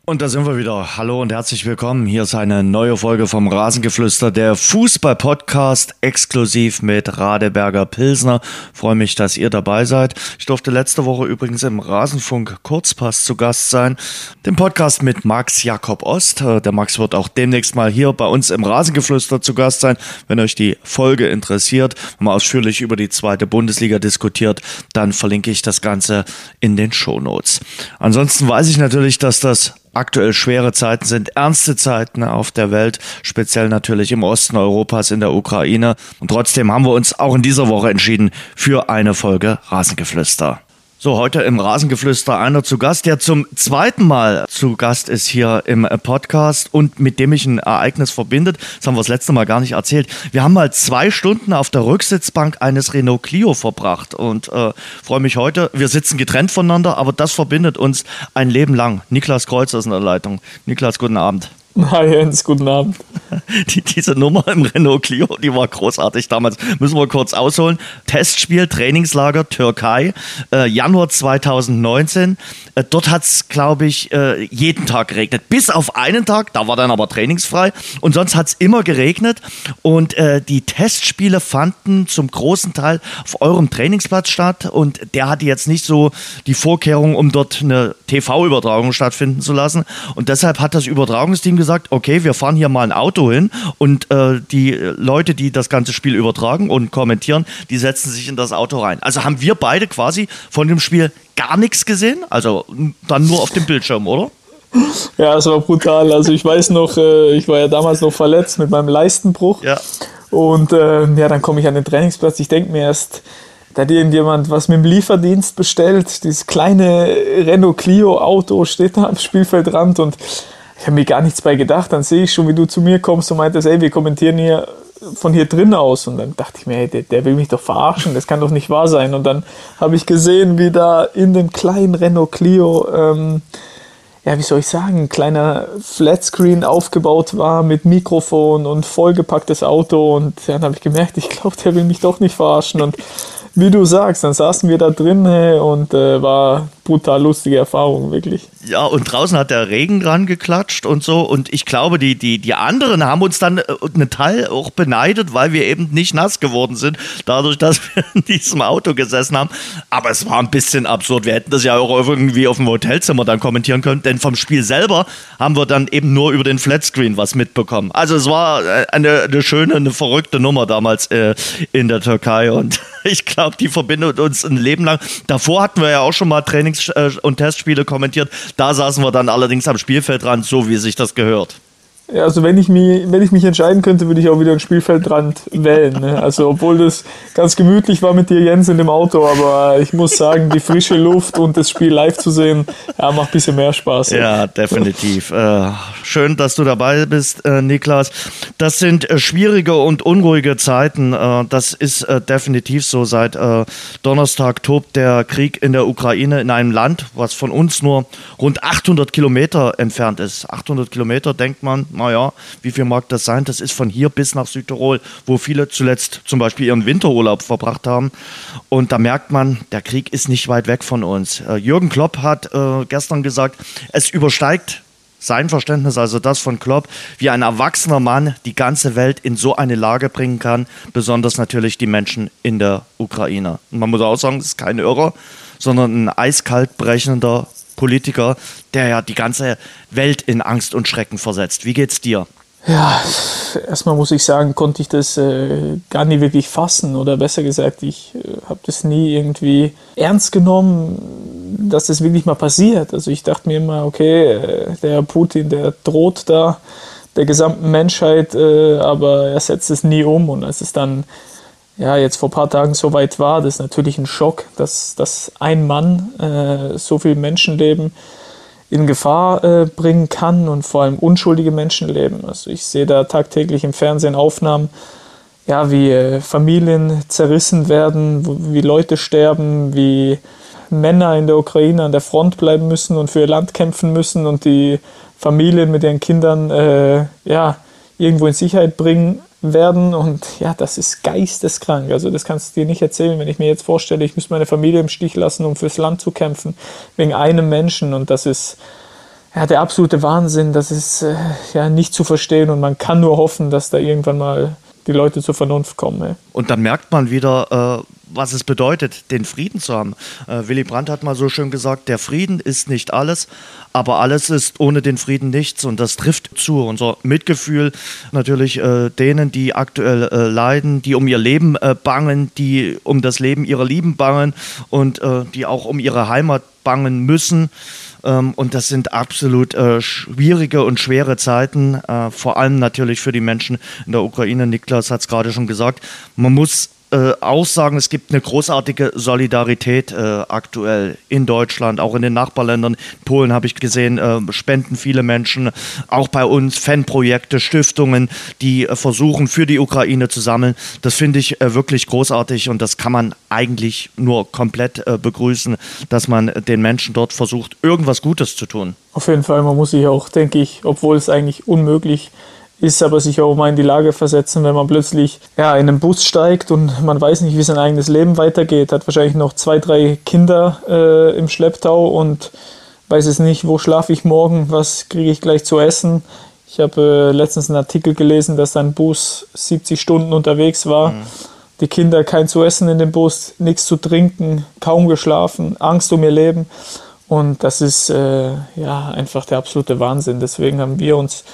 Und da sind wir wieder. Hallo und herzlich willkommen. Hier ist eine neue Folge vom Rasengeflüster, der Fußball-Podcast, exklusiv mit Radeberger Pilsner. Freue mich, dass ihr dabei seid. Ich durfte letzte Woche übrigens im Rasenfunk Kurzpass zu Gast sein. Den Podcast mit Max Jakob Ost. Der Max wird auch demnächst mal hier bei uns im Rasengeflüster zu Gast sein. Wenn euch die Folge interessiert, wenn man ausführlich über die zweite Bundesliga diskutiert, dann verlinke ich das Ganze in den Shownotes. Ansonsten weiß ich natürlich, dass das aktuell schwere Zeiten sind, ernste Zeiten auf der Welt, speziell natürlich im Osten Europas, in der Ukraine. Und trotzdem haben wir uns auch in dieser Woche entschieden für eine Folge Rasengeflüster. So, heute im Rasengeflüster einer zu Gast, der zum zweiten Mal zu Gast ist hier im Podcast und mit dem mich ein Ereignis verbindet. Das haben wir das letzte Mal gar nicht erzählt. Wir haben mal 2 Stunden auf der Rücksitzbank eines Renault Clio verbracht und freue mich heute. Wir sitzen getrennt voneinander, aber das verbindet uns ein Leben lang. Niklas Kreuzer ist in der Leitung. Niklas, guten Abend. Hi Jens, guten Abend. Diese Nummer im Renault Clio, die war großartig damals. Müssen wir kurz ausholen. Testspiel, Trainingslager, Türkei, Januar 2019. Dort hat es, glaube ich, jeden Tag geregnet. Bis auf einen Tag, da war dann aber trainingsfrei. Und sonst hat es immer geregnet. Und die Testspiele fanden zum großen Teil auf eurem Trainingsplatz statt. Und der hatte jetzt nicht so die Vorkehrungen, um dort eine TV-Übertragung stattfinden zu lassen. Und deshalb hat das Übertragungsteam gesagt, okay, wir fahren hier mal ein Auto hin und die Leute, die das ganze Spiel übertragen und kommentieren, die setzen sich in das Auto rein. Also haben wir beide quasi von dem Spiel gar nichts gesehen, also dann nur auf dem Bildschirm, oder? Ja, es war brutal. Also ich weiß noch, ich war ja damals noch verletzt mit meinem Leistenbruch. Ja. Und dann komme ich an den Trainingsplatz. Ich denke mir erst, da hat irgendjemand was mit dem Lieferdienst bestellt. Dieses kleine Renault Clio Auto steht da am Spielfeldrand und ich habe mir gar nichts bei gedacht. Dann sehe ich schon, wie du zu mir kommst und meintest, ey, wir kommentieren hier von hier drin aus. Und dann dachte ich mir, hey, der will mich doch verarschen, das kann doch nicht wahr sein. Und dann habe ich gesehen, wie da in dem kleinen Renault Clio, wie soll ich sagen, ein kleiner Flatscreen aufgebaut war mit Mikrofon und vollgepacktes Auto. Und dann habe ich gemerkt, ich glaube, der will mich doch nicht verarschen. Und wie du sagst, dann saßen wir da drin und war brutal lustige Erfahrung, wirklich. Ja, und draußen hat der Regen dran geklatscht und so. Und ich glaube, die anderen haben uns dann einen Teil auch beneidet, weil wir eben nicht nass geworden sind, dadurch, dass wir in diesem Auto gesessen haben. Aber es war ein bisschen absurd. Wir hätten das ja auch irgendwie auf dem Hotelzimmer dann kommentieren können, denn vom Spiel selber haben wir dann eben nur über den Flatscreen was mitbekommen. Also es war eine schöne, eine verrückte Nummer damals in der Türkei und ich glaube, die verbindet uns ein Leben lang. Davor hatten wir ja auch schon mal Trainings- und Testspiele kommentiert. Da saßen wir dann allerdings am Spielfeldrand, so wie sich das gehört. Ja, also wenn ich mich entscheiden könnte, würde ich auch wieder ein Spielfeldrand wählen. Ne? Also obwohl das ganz gemütlich war mit dir, Jens, in dem Auto, aber ich muss sagen, die frische Luft und das Spiel live zu sehen, macht ein bisschen mehr Spaß. Ja, definitiv. Schön, dass du dabei bist, Niklas. Das sind schwierige und unruhige Zeiten. Das ist definitiv so. Seit Donnerstag tobt der Krieg in der Ukraine in einem Land, was von uns nur rund 800 Kilometer entfernt ist. 800 Kilometer, denkt man, naja, wie viel mag das sein? Das ist von hier bis nach Südtirol, wo viele zuletzt zum Beispiel ihren Winterurlaub verbracht haben. Und da merkt man, der Krieg ist nicht weit weg von uns. Jürgen Klopp hat gestern gesagt, es übersteigt sein Verständnis, also das von Klopp, wie ein erwachsener Mann die ganze Welt in so eine Lage bringen kann, besonders natürlich die Menschen in der Ukraine. Und man muss auch sagen, es ist kein Irrer, sondern ein eiskalt brechender Politiker, der ja die ganze Welt in Angst und Schrecken versetzt. Wie geht's dir? Ja, erstmal muss ich sagen, konnte ich das gar nie wirklich fassen oder besser gesagt, ich habe das nie irgendwie ernst genommen, dass das wirklich mal passiert. Also ich dachte mir immer, okay, der Putin, der droht da der gesamten Menschheit, aber er setzt es nie um. Und als es dann jetzt vor ein paar Tagen so weit war, das ist natürlich ein Schock, dass ein Mann so viel Menschenleben in Gefahr bringen kann und vor allem unschuldige Menschenleben. Also ich sehe da tagtäglich im Fernsehen Aufnahmen, wie Familien zerrissen werden, wie Leute sterben, wie Männer in der Ukraine an der Front bleiben müssen und für ihr Land kämpfen müssen und die Familien mit ihren Kindern irgendwo in Sicherheit bringen werden. Und das ist geisteskrank. Also das kannst du dir nicht erzählen, wenn ich mir jetzt vorstelle, ich müsste meine Familie im Stich lassen, um fürs Land zu kämpfen, wegen einem Menschen. Und das ist ja, der absolute Wahnsinn. Das ist ja nicht zu verstehen und man kann nur hoffen, dass da irgendwann mal die Leute zur Vernunft kommen. Ey. Und dann merkt man wieder, was es bedeutet, den Frieden zu haben. Willy Brandt hat mal so schön gesagt, der Frieden ist nicht alles, aber alles ist ohne den Frieden nichts. Und das trifft zu. Unser Mitgefühl natürlich denen, die aktuell leiden, die um ihr Leben bangen, die um das Leben ihrer Lieben bangen und die auch um ihre Heimat bangen müssen. Und das sind absolut schwierige und schwere Zeiten, vor allem natürlich für die Menschen in der Ukraine. Niklas hat es gerade schon gesagt. Man muss auch sagen, es gibt eine großartige Solidarität aktuell in Deutschland, auch in den Nachbarländern. In Polen habe ich gesehen, spenden viele Menschen, auch bei uns Fanprojekte, Stiftungen, die versuchen, für die Ukraine zu sammeln. Das finde ich wirklich großartig und das kann man eigentlich nur komplett begrüßen, dass man den Menschen dort versucht, irgendwas Gutes zu tun. Auf jeden Fall, man muss sich auch, denke ich, obwohl es eigentlich unmöglich ist, aber sich auch mal in die Lage versetzen, wenn man plötzlich in einen Bus steigt und man weiß nicht, wie sein eigenes Leben weitergeht, hat wahrscheinlich noch 2, 3 Kinder im Schlepptau und weiß es nicht, wo schlafe ich morgen, was kriege ich gleich zu essen. Ich habe letztens einen Artikel gelesen, dass ein Bus 70 Stunden unterwegs war. Die Kinder kein zu essen in dem Bus, nichts zu trinken, kaum geschlafen, Angst um ihr Leben. Und das ist einfach der absolute Wahnsinn. Deswegen haben wir uns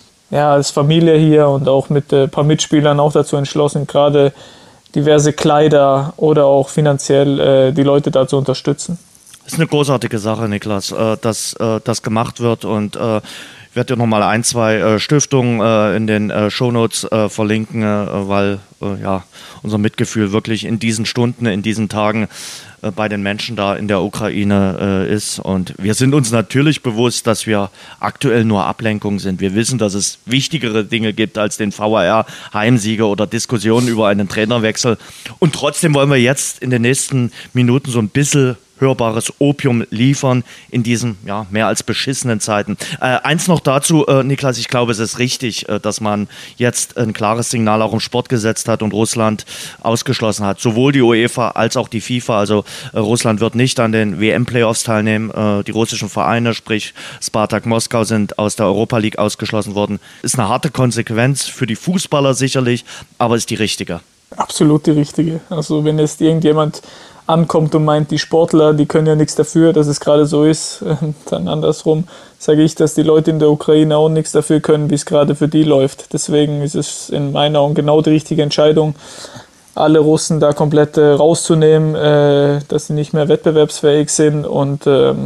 als Familie hier und auch mit ein paar Mitspielern auch dazu entschlossen, gerade diverse Kleider oder auch finanziell die Leute da zu unterstützen. Das ist eine großartige Sache, Niklas, dass das gemacht wird und ich werde dir nochmal 1, 2 Stiftungen in den Shownotes verlinken, weil unser Mitgefühl wirklich in diesen Stunden, in diesen Tagen bei den Menschen da in der Ukraine ist. Und wir sind uns natürlich bewusst, dass wir aktuell nur Ablenkung sind. Wir wissen, dass es wichtigere Dinge gibt als den VAR-Heimsieger oder Diskussionen über einen Trainerwechsel. Und trotzdem wollen wir jetzt in den nächsten Minuten so ein bisschen hörbares Opium liefern in diesen mehr als beschissenen Zeiten. Eins noch dazu, Niklas, ich glaube, es ist richtig, dass man jetzt ein klares Signal auch im Sport gesetzt hat und Russland ausgeschlossen hat. Sowohl die UEFA als auch die FIFA. Also Russland wird nicht an den WM-Playoffs teilnehmen. Die russischen Vereine, sprich Spartak Moskau, sind aus der Europa League ausgeschlossen worden. Ist eine harte Konsequenz für die Fußballer sicherlich, aber ist die richtige. Absolut die richtige. Also wenn jetzt irgendjemand ankommt und meint, die Sportler, die können ja nichts dafür, dass es gerade so ist, dann andersrum sage ich, dass die Leute in der Ukraine auch nichts dafür können, wie es gerade für die läuft. Deswegen ist es in meinen Augen genau die richtige Entscheidung, alle Russen da komplett rauszunehmen, dass sie nicht mehr wettbewerbsfähig sind und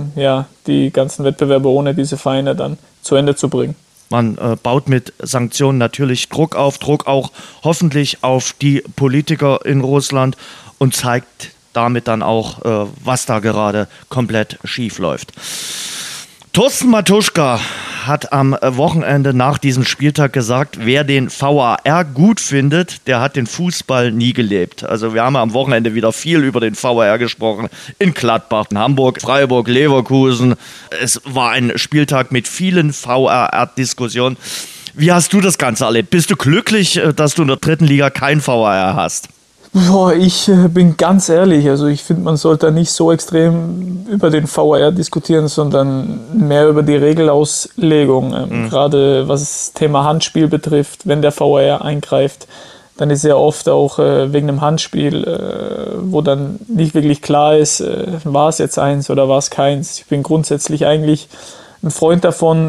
die ganzen Wettbewerbe ohne diese Vereine dann zu Ende zu bringen. Man baut mit Sanktionen natürlich Druck auf, Druck auch hoffentlich auf die Politiker in Russland und zeigt damit dann auch, was da gerade komplett schief läuft. Thorsten Matuschka hat am Wochenende nach diesem Spieltag gesagt, wer den VAR gut findet, der hat den Fußball nie gelebt. Also wir haben am Wochenende wieder viel über den VAR gesprochen. In Gladbach, in Hamburg, Freiburg, Leverkusen. Es war ein Spieltag mit vielen VAR-Diskussionen. Wie hast du das Ganze erlebt? Bist du glücklich, dass du in der 3. Liga kein VAR hast? Ich bin ganz ehrlich, also ich finde, man sollte nicht so extrem über den VAR diskutieren, sondern mehr über die Regelauslegung. Gerade was das Thema Handspiel betrifft, wenn der VAR eingreift, dann ist ja oft auch wegen einem Handspiel, wo dann nicht wirklich klar ist, war es jetzt eins oder war es keins. Ich bin grundsätzlich eigentlich ein Freund davon,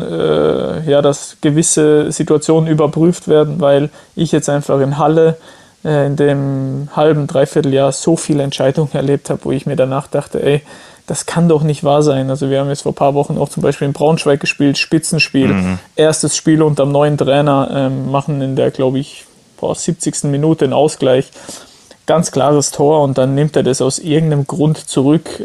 dass gewisse Situationen überprüft werden, weil ich jetzt einfach in Halle in dem halben, dreiviertel Jahr so viele Entscheidungen erlebt habe, wo ich mir danach dachte, das kann doch nicht wahr sein. Also wir haben jetzt vor ein paar Wochen auch zum Beispiel in Braunschweig gespielt, Spitzenspiel, erstes Spiel unter dem neuen Trainer, machen in der, glaube ich, 70. Minute einen Ausgleich, ganz klares Tor und dann nimmt er das aus irgendeinem Grund zurück,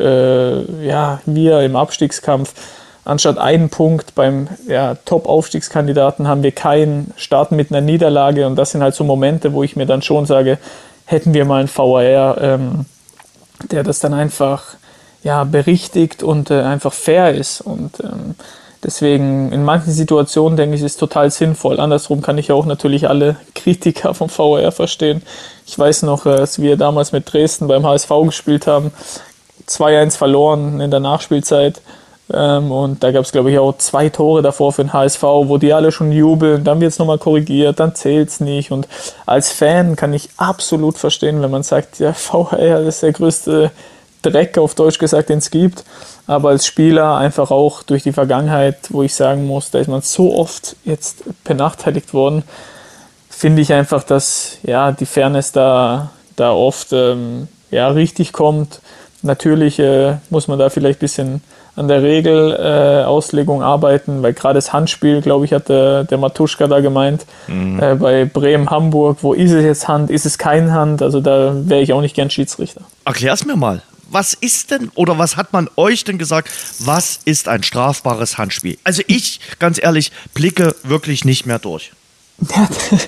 wir im Abstiegskampf. Anstatt einen Punkt beim Top-Aufstiegskandidaten haben wir keinen, starten mit einer Niederlage und das sind halt so Momente, wo ich mir dann schon sage, hätten wir mal einen VAR, der das dann einfach berichtigt und einfach fair ist und deswegen in manchen Situationen denke ich, ist es total sinnvoll. Andersrum kann ich auch natürlich alle Kritiker vom VAR verstehen. Ich weiß noch, als wir damals mit Dresden beim HSV gespielt haben, 2-1 verloren in der Nachspielzeit. Und da gab es, glaube ich, auch 2 Tore davor für den HSV, wo die alle schon jubeln. Dann wird es nochmal korrigiert, dann zählt es nicht. Und als Fan kann ich absolut verstehen, wenn man sagt, ja, VAR ist der größte Dreck, auf Deutsch gesagt, den es gibt. Aber als Spieler einfach auch durch die Vergangenheit, wo ich sagen muss, da ist man so oft jetzt benachteiligt worden, finde ich einfach, dass ja, die Fairness da oft richtig kommt. Natürlich muss man da vielleicht ein bisschen an der Regelauslegung arbeiten, weil gerade das Handspiel, glaube ich, hat der Matuschka da gemeint, bei Bremen-Hamburg, wo ist es jetzt Hand, ist es kein Hand, also da wäre ich auch nicht gern Schiedsrichter. Erklär's mir mal. Was ist denn, oder was hat man euch denn gesagt, was ist ein strafbares Handspiel? Also ich, ganz ehrlich, blicke wirklich nicht mehr durch. Ja,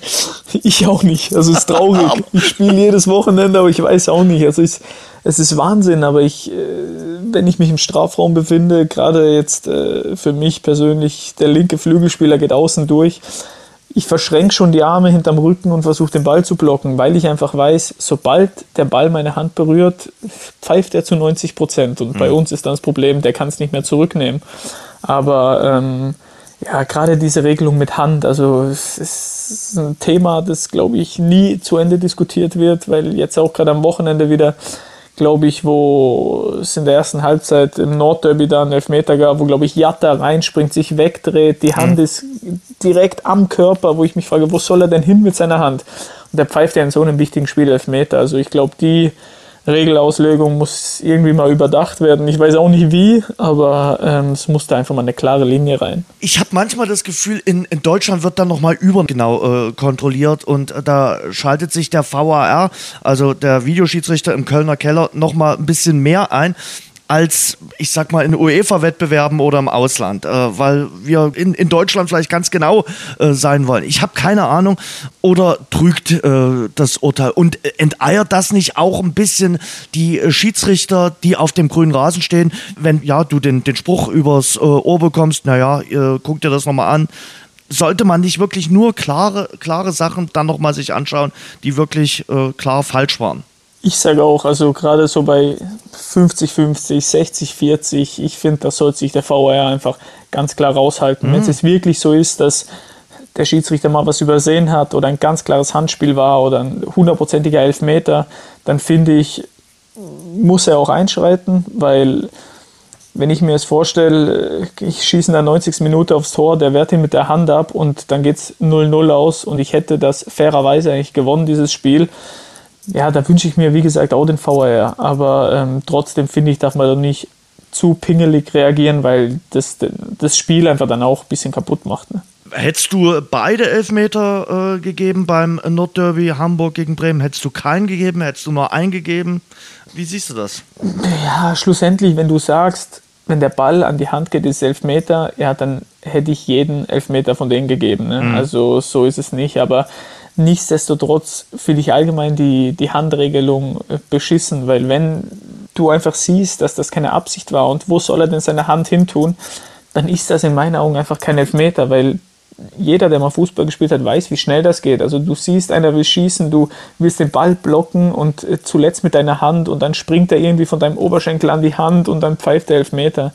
ich auch nicht. Also es ist traurig. Ich spiele jedes Wochenende, aber ich weiß auch nicht. Also es ist Wahnsinn, aber wenn ich mich im Strafraum befinde, gerade jetzt für mich persönlich, der linke Flügelspieler geht außen durch. Ich verschränke schon die Arme hinterm Rücken und versuche den Ball zu blocken, weil ich einfach weiß, sobald der Ball meine Hand berührt, pfeift er zu 90%. Und bei uns ist dann das Problem, der kann es nicht mehr zurücknehmen. Aber gerade diese Regelung mit Hand, also es ist ein Thema, das, glaube ich, nie zu Ende diskutiert wird, weil jetzt auch gerade am Wochenende wieder, glaube ich, wo es in der ersten Halbzeit im Nordderby da einen Elfmeter gab, wo, glaube ich, Jatta reinspringt, sich wegdreht, die Hand ist direkt am Körper, wo ich mich frage, wo soll er denn hin mit seiner Hand? Und der pfeift ja in so einem wichtigen Spiel Elfmeter. Also ich glaube, die Regelauslegung muss irgendwie mal überdacht werden. Ich weiß auch nicht wie, aber es muss da einfach mal eine klare Linie rein. Ich habe manchmal das Gefühl, in Deutschland wird dann nochmal kontrolliert und da schaltet sich der VAR, also der Videoschiedsrichter im Kölner Keller, nochmal ein bisschen mehr ein als, ich sag mal, in UEFA-Wettbewerben oder im Ausland, weil wir in Deutschland vielleicht ganz genau sein wollen. Ich habe keine Ahnung, oder trügt das Urteil und enteiert das nicht auch ein bisschen die Schiedsrichter, die auf dem grünen Rasen stehen, wenn du den Spruch übers Ohr bekommst, guck dir das nochmal an. Sollte man nicht wirklich nur klare Sachen dann nochmal sich anschauen, die wirklich klar falsch waren? Ich sage auch, also gerade so bei 50-50, 60-40, ich finde, das sollte sich der VAR einfach ganz klar raushalten. Wenn es jetzt wirklich so ist, dass der Schiedsrichter mal was übersehen hat oder ein ganz klares Handspiel war oder ein 100%iger Elfmeter, dann finde ich, muss er auch einschreiten, weil wenn ich mir jetzt vorstelle, ich schieße in der 90. Minute aufs Tor, der wehrt ihn mit der Hand ab und dann geht es 0-0 aus und ich hätte das fairerweise eigentlich gewonnen, dieses Spiel. Ja, da wünsche ich mir, wie gesagt, auch den VAR. Aber trotzdem finde ich, darf man da nicht zu pingelig reagieren, weil das Spiel einfach dann auch ein bisschen kaputt macht. Ne? Hättest du beide Elfmeter gegeben beim Nordderby Hamburg gegen Bremen? Hättest du keinen gegeben? Hättest du nur einen gegeben? Wie siehst du das? Ja, schlussendlich, wenn du sagst, wenn der Ball an die Hand geht, ist Elfmeter, ja, dann hätte ich jeden Elfmeter von denen gegeben. Ne? Also so ist es nicht, aber nichtsdestotrotz finde ich allgemein die Handregelung beschissen, weil wenn du einfach siehst, dass das keine Absicht war und wo soll er denn seine Hand hintun, dann ist das in meinen Augen einfach kein Elfmeter, weil jeder, der mal Fußball gespielt hat, weiß, wie schnell das geht. Also du siehst, einer will schießen, du willst den Ball blocken und zuletzt mit deiner Hand und dann springt er irgendwie von deinem Oberschenkel an die Hand und dann pfeift der Elfmeter.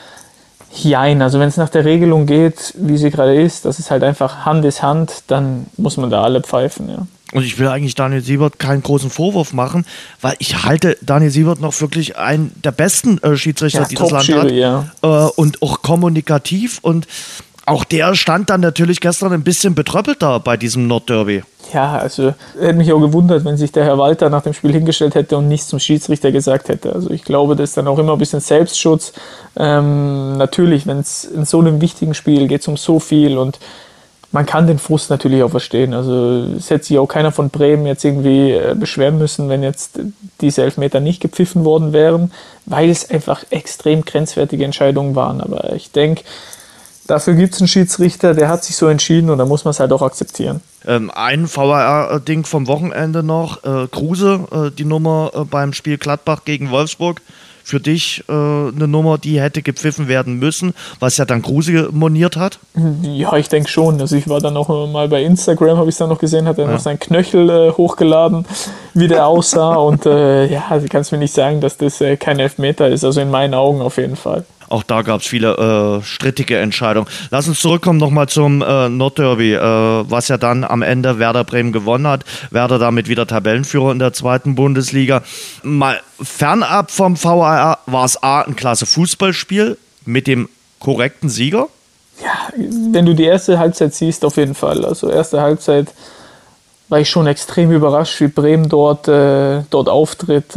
Jein, also wenn es nach der Regelung geht, wie sie gerade ist, das ist halt einfach Hand ist Hand, dann muss man da alle pfeifen, ja. Und ich will eigentlich Daniel Siebert keinen großen Vorwurf machen, weil ich halte Daniel Siebert noch wirklich einen der besten Schiedsrichter, die das Land hat. Ja. Und auch kommunikativ und auch der stand dann natürlich gestern ein bisschen betröppelt da bei diesem Nordderby. Ja, also hätte mich auch gewundert, wenn sich der Herr Walter nach dem Spiel hingestellt hätte und nichts zum Schiedsrichter gesagt hätte. Also ich glaube, das ist dann auch immer ein bisschen Selbstschutz. Natürlich, wenn es in so einem wichtigen Spiel geht es um so viel und man kann den Frust natürlich auch verstehen. Also es hätte sich auch keiner von Bremen jetzt irgendwie beschweren müssen, wenn jetzt diese Elfmeter nicht gepfiffen worden wären, weil es einfach extrem grenzwertige Entscheidungen waren. Aber ich denke, dafür gibt es einen Schiedsrichter, der hat sich so entschieden und da muss man es halt auch akzeptieren. Ein VAR-Ding vom Wochenende noch. Kruse, die Nummer beim Spiel Gladbach gegen Wolfsburg. Für dich eine Nummer, die hätte gepfiffen werden müssen, was ja dann Kruse moniert hat? Ja, ich denke schon. Also ich war dann noch mal bei Instagram, habe ich es dann noch gesehen, hat er noch seinen Knöchel hochgeladen, wie der aussah. Und du kannst mir nicht sagen, dass das kein Elfmeter ist. Also in meinen Augen auf jeden Fall. Auch da gab es viele strittige Entscheidungen. Lass uns zurückkommen nochmal zum Nordderby, was ja dann am Ende Werder Bremen gewonnen hat. Werder damit wieder Tabellenführer in der 2. Bundesliga. Mal fernab vom VAR, war es ein klasse Fußballspiel mit dem korrekten Sieger? Ja, wenn du die erste Halbzeit siehst, auf jeden Fall. Also erste Halbzeit war ich schon extrem überrascht, wie Bremen dort auftritt.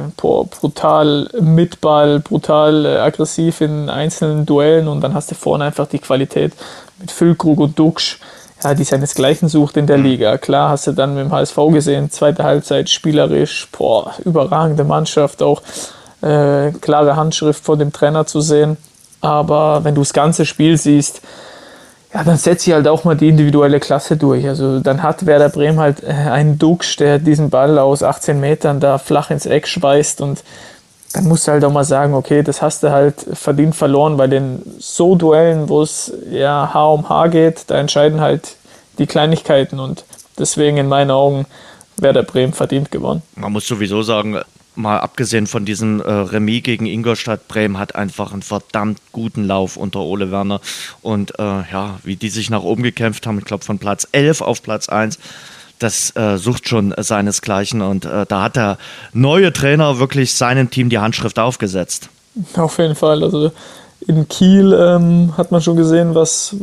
Brutal mit Ball, brutal aggressiv in einzelnen Duellen und dann hast du vorne einfach die Qualität mit Füllkrug und Duxch, ja, die seinesgleichen sucht in der Liga. Klar hast du dann mit dem HSV gesehen, zweite Halbzeit spielerisch, überragende Mannschaft, auch klare Handschrift vor dem Trainer zu sehen. Aber wenn du das ganze Spiel siehst, ja, dann setzt sich halt auch mal die individuelle Klasse durch. Also dann hat Werder Bremen halt einen Duxch, der diesen Ball aus 18 Metern da flach ins Eck schweißt und dann musst du halt auch mal sagen, okay, das hast du halt verdient verloren, weil in so Duellen, wo es ja Haar um Haar geht, da entscheiden halt die Kleinigkeiten und deswegen in meinen Augen Werder Bremen verdient gewonnen. Man muss sowieso sagen, mal abgesehen von diesem Remis gegen Ingolstadt, Bremen hat einfach einen verdammt guten Lauf unter Ole Werner. Und wie die sich nach oben gekämpft haben, ich glaube von Platz 11 auf Platz 1, das sucht schon seinesgleichen. Und da hat der neue Trainer wirklich seinem Team die Handschrift aufgesetzt. Auf jeden Fall. Also in Kiel hat man schon gesehen, was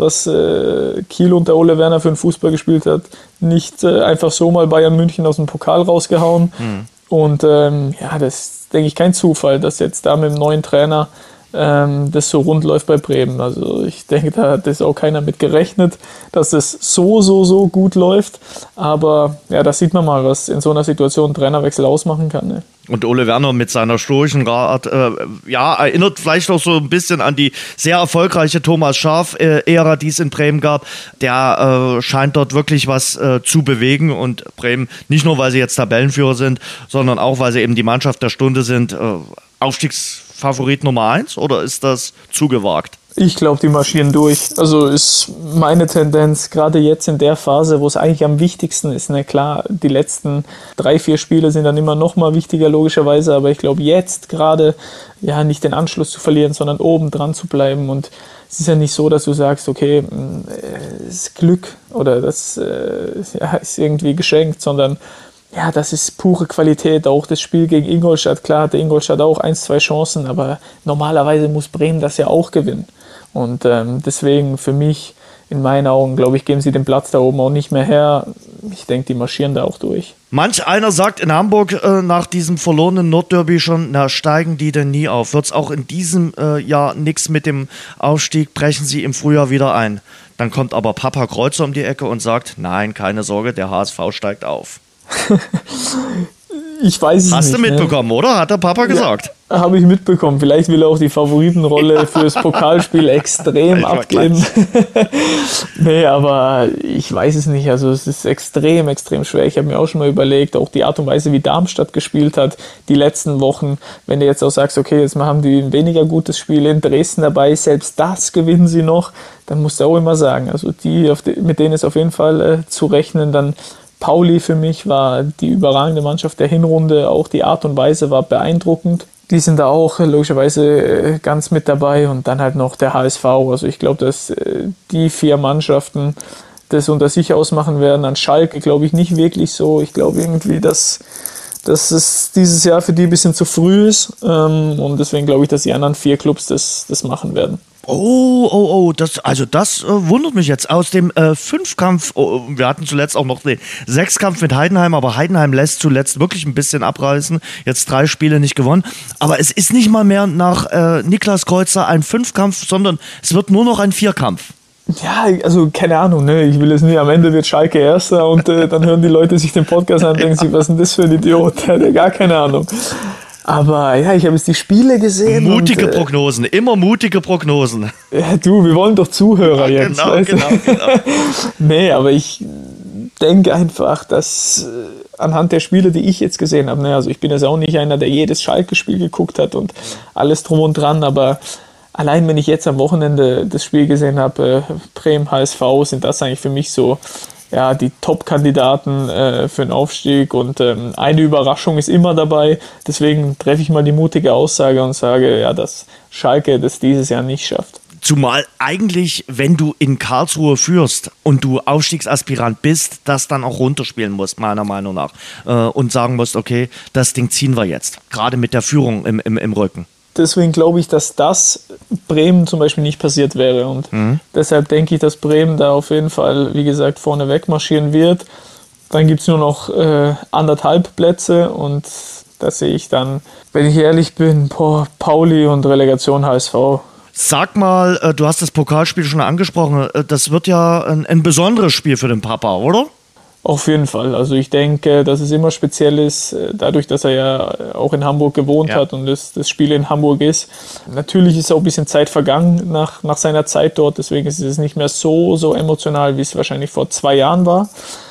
Kiel unter Ole Werner für einen Fußball gespielt hat. Nicht einfach so mal Bayern München aus dem Pokal rausgehauen. Und das ist, denke ich, kein Zufall, dass jetzt da mit dem neuen Trainer das so rund läuft bei Bremen. Also ich denke, da hat das auch keiner mit gerechnet, dass es so gut läuft. Aber ja, da sieht man mal, was in so einer Situation ein Trainerwechsel ausmachen kann. Ne? Und Ole Werner mit seiner stoischen Art, erinnert vielleicht auch so ein bisschen an die sehr erfolgreiche Thomas Schaaf-Ära, die es in Bremen gab. Der scheint dort wirklich was zu bewegen und Bremen, nicht nur, weil sie jetzt Tabellenführer sind, sondern auch, weil sie eben die Mannschaft der Stunde sind, Aufstiegsfavorit Nummer 1 oder ist das zu gewagt? Ich glaube, die marschieren durch. Also ist meine Tendenz, gerade jetzt in der Phase, wo es eigentlich am wichtigsten ist. Ne? Klar, die letzten 3-4 Spiele sind dann immer noch mal wichtiger, logischerweise. Aber ich glaube, jetzt gerade nicht den Anschluss zu verlieren, sondern oben dran zu bleiben. Und es ist ja nicht so, dass du sagst, okay, es ist Glück oder das ist irgendwie geschenkt, sondern ja, das ist pure Qualität. Auch das Spiel gegen Ingolstadt, klar hatte Ingolstadt auch 1-2 Chancen, aber normalerweise muss Bremen das ja auch gewinnen. Und deswegen für mich, in meinen Augen, glaube ich, geben sie den Platz da oben auch nicht mehr her. Ich denke, die marschieren da auch durch. Manch einer sagt in Hamburg nach diesem verlorenen Nordderby schon, steigen die denn nie auf? Wird es auch in diesem Jahr nichts mit dem Aufstieg? Brechen sie im Frühjahr wieder ein? Dann kommt aber Papa Kreuzer um die Ecke und sagt, nein, keine Sorge, der HSV steigt auf. Ich weiß es nicht. Hast du mitbekommen, oder? Hat der Papa gesagt. Habe ich mitbekommen. Vielleicht will er auch die Favoritenrolle fürs Pokalspiel extrem abgeben. Nee, aber ich weiß es nicht. Also es ist extrem schwer. Ich habe mir auch schon mal überlegt, auch die Art und Weise, wie Darmstadt gespielt hat, die letzten Wochen. Wenn du jetzt auch sagst, okay, jetzt haben die ein weniger gutes Spiel in Dresden dabei, selbst das gewinnen sie noch, dann musst du auch immer sagen, also mit denen ist auf jeden Fall zu rechnen. Dann Pauli für mich war die überragende Mannschaft der Hinrunde, auch die Art und Weise war beeindruckend. Die sind da auch logischerweise ganz mit dabei und dann halt noch der HSV. Also ich glaube, dass die 4 Mannschaften das unter sich ausmachen werden. An Schalke glaube ich nicht wirklich so. Ich glaube irgendwie, dass es dieses Jahr für die ein bisschen zu früh ist und deswegen glaube ich, dass die anderen 4 Clubs das machen werden. Das wundert mich jetzt. Aus dem Fünfkampf, wir hatten zuletzt auch noch den Sechskampf mit Heidenheim, aber Heidenheim lässt zuletzt wirklich ein bisschen abreißen. Jetzt 3 Spiele nicht gewonnen. Aber es ist nicht mal mehr nach Niklas Kreuzer ein Fünfkampf, sondern es wird nur noch ein Vierkampf. Ja, also keine Ahnung, ne? Ich will es nie, am Ende wird Schalke Erster und dann hören die Leute sich den Podcast an und denken sich, was ist denn das für ein Idiot? Der hat gar keine Ahnung. Aber ja, ich habe jetzt die Spiele gesehen. Mutige Prognosen, immer mutige Prognosen. Ja, du, wir wollen doch Zuhörer jetzt. Genau. Nee, aber ich denke einfach, dass anhand der Spiele, die ich jetzt gesehen habe, also ich bin jetzt auch nicht einer, der jedes Schalke-Spiel geguckt hat und alles drum und dran, aber allein wenn ich jetzt am Wochenende das Spiel gesehen habe, Bremen, HSV, sind das eigentlich für mich so ja, die Top-Kandidaten für den Aufstieg und eine Überraschung ist immer dabei. Deswegen treffe ich mal die mutige Aussage und sage, ja, dass Schalke das dieses Jahr nicht schafft. Zumal eigentlich, wenn du in Karlsruhe führst und du Aufstiegsaspirant bist, das dann auch runterspielen musst, meiner Meinung nach. Und sagen musst, okay, das Ding ziehen wir jetzt. Gerade mit der Führung im Rücken. Deswegen glaube ich, dass das Bremen zum Beispiel nicht passiert wäre. Und deshalb denke ich, dass Bremen da auf jeden Fall, wie gesagt, vorne weg marschieren wird. Dann gibt es nur noch 1,5 Plätze und da sehe ich dann, wenn ich ehrlich bin, Pauli und Relegation HSV. Sag mal, du hast das Pokalspiel schon angesprochen, das wird ja ein besonderes Spiel für den Papa, oder? Auf jeden Fall. Also ich denke, dass es immer speziell ist, dadurch, dass er ja auch in Hamburg gewohnt hat und das Spiel in Hamburg ist. Natürlich ist auch ein bisschen Zeit vergangen nach seiner Zeit dort, deswegen ist es nicht mehr so emotional, wie es wahrscheinlich vor 2 Jahren war.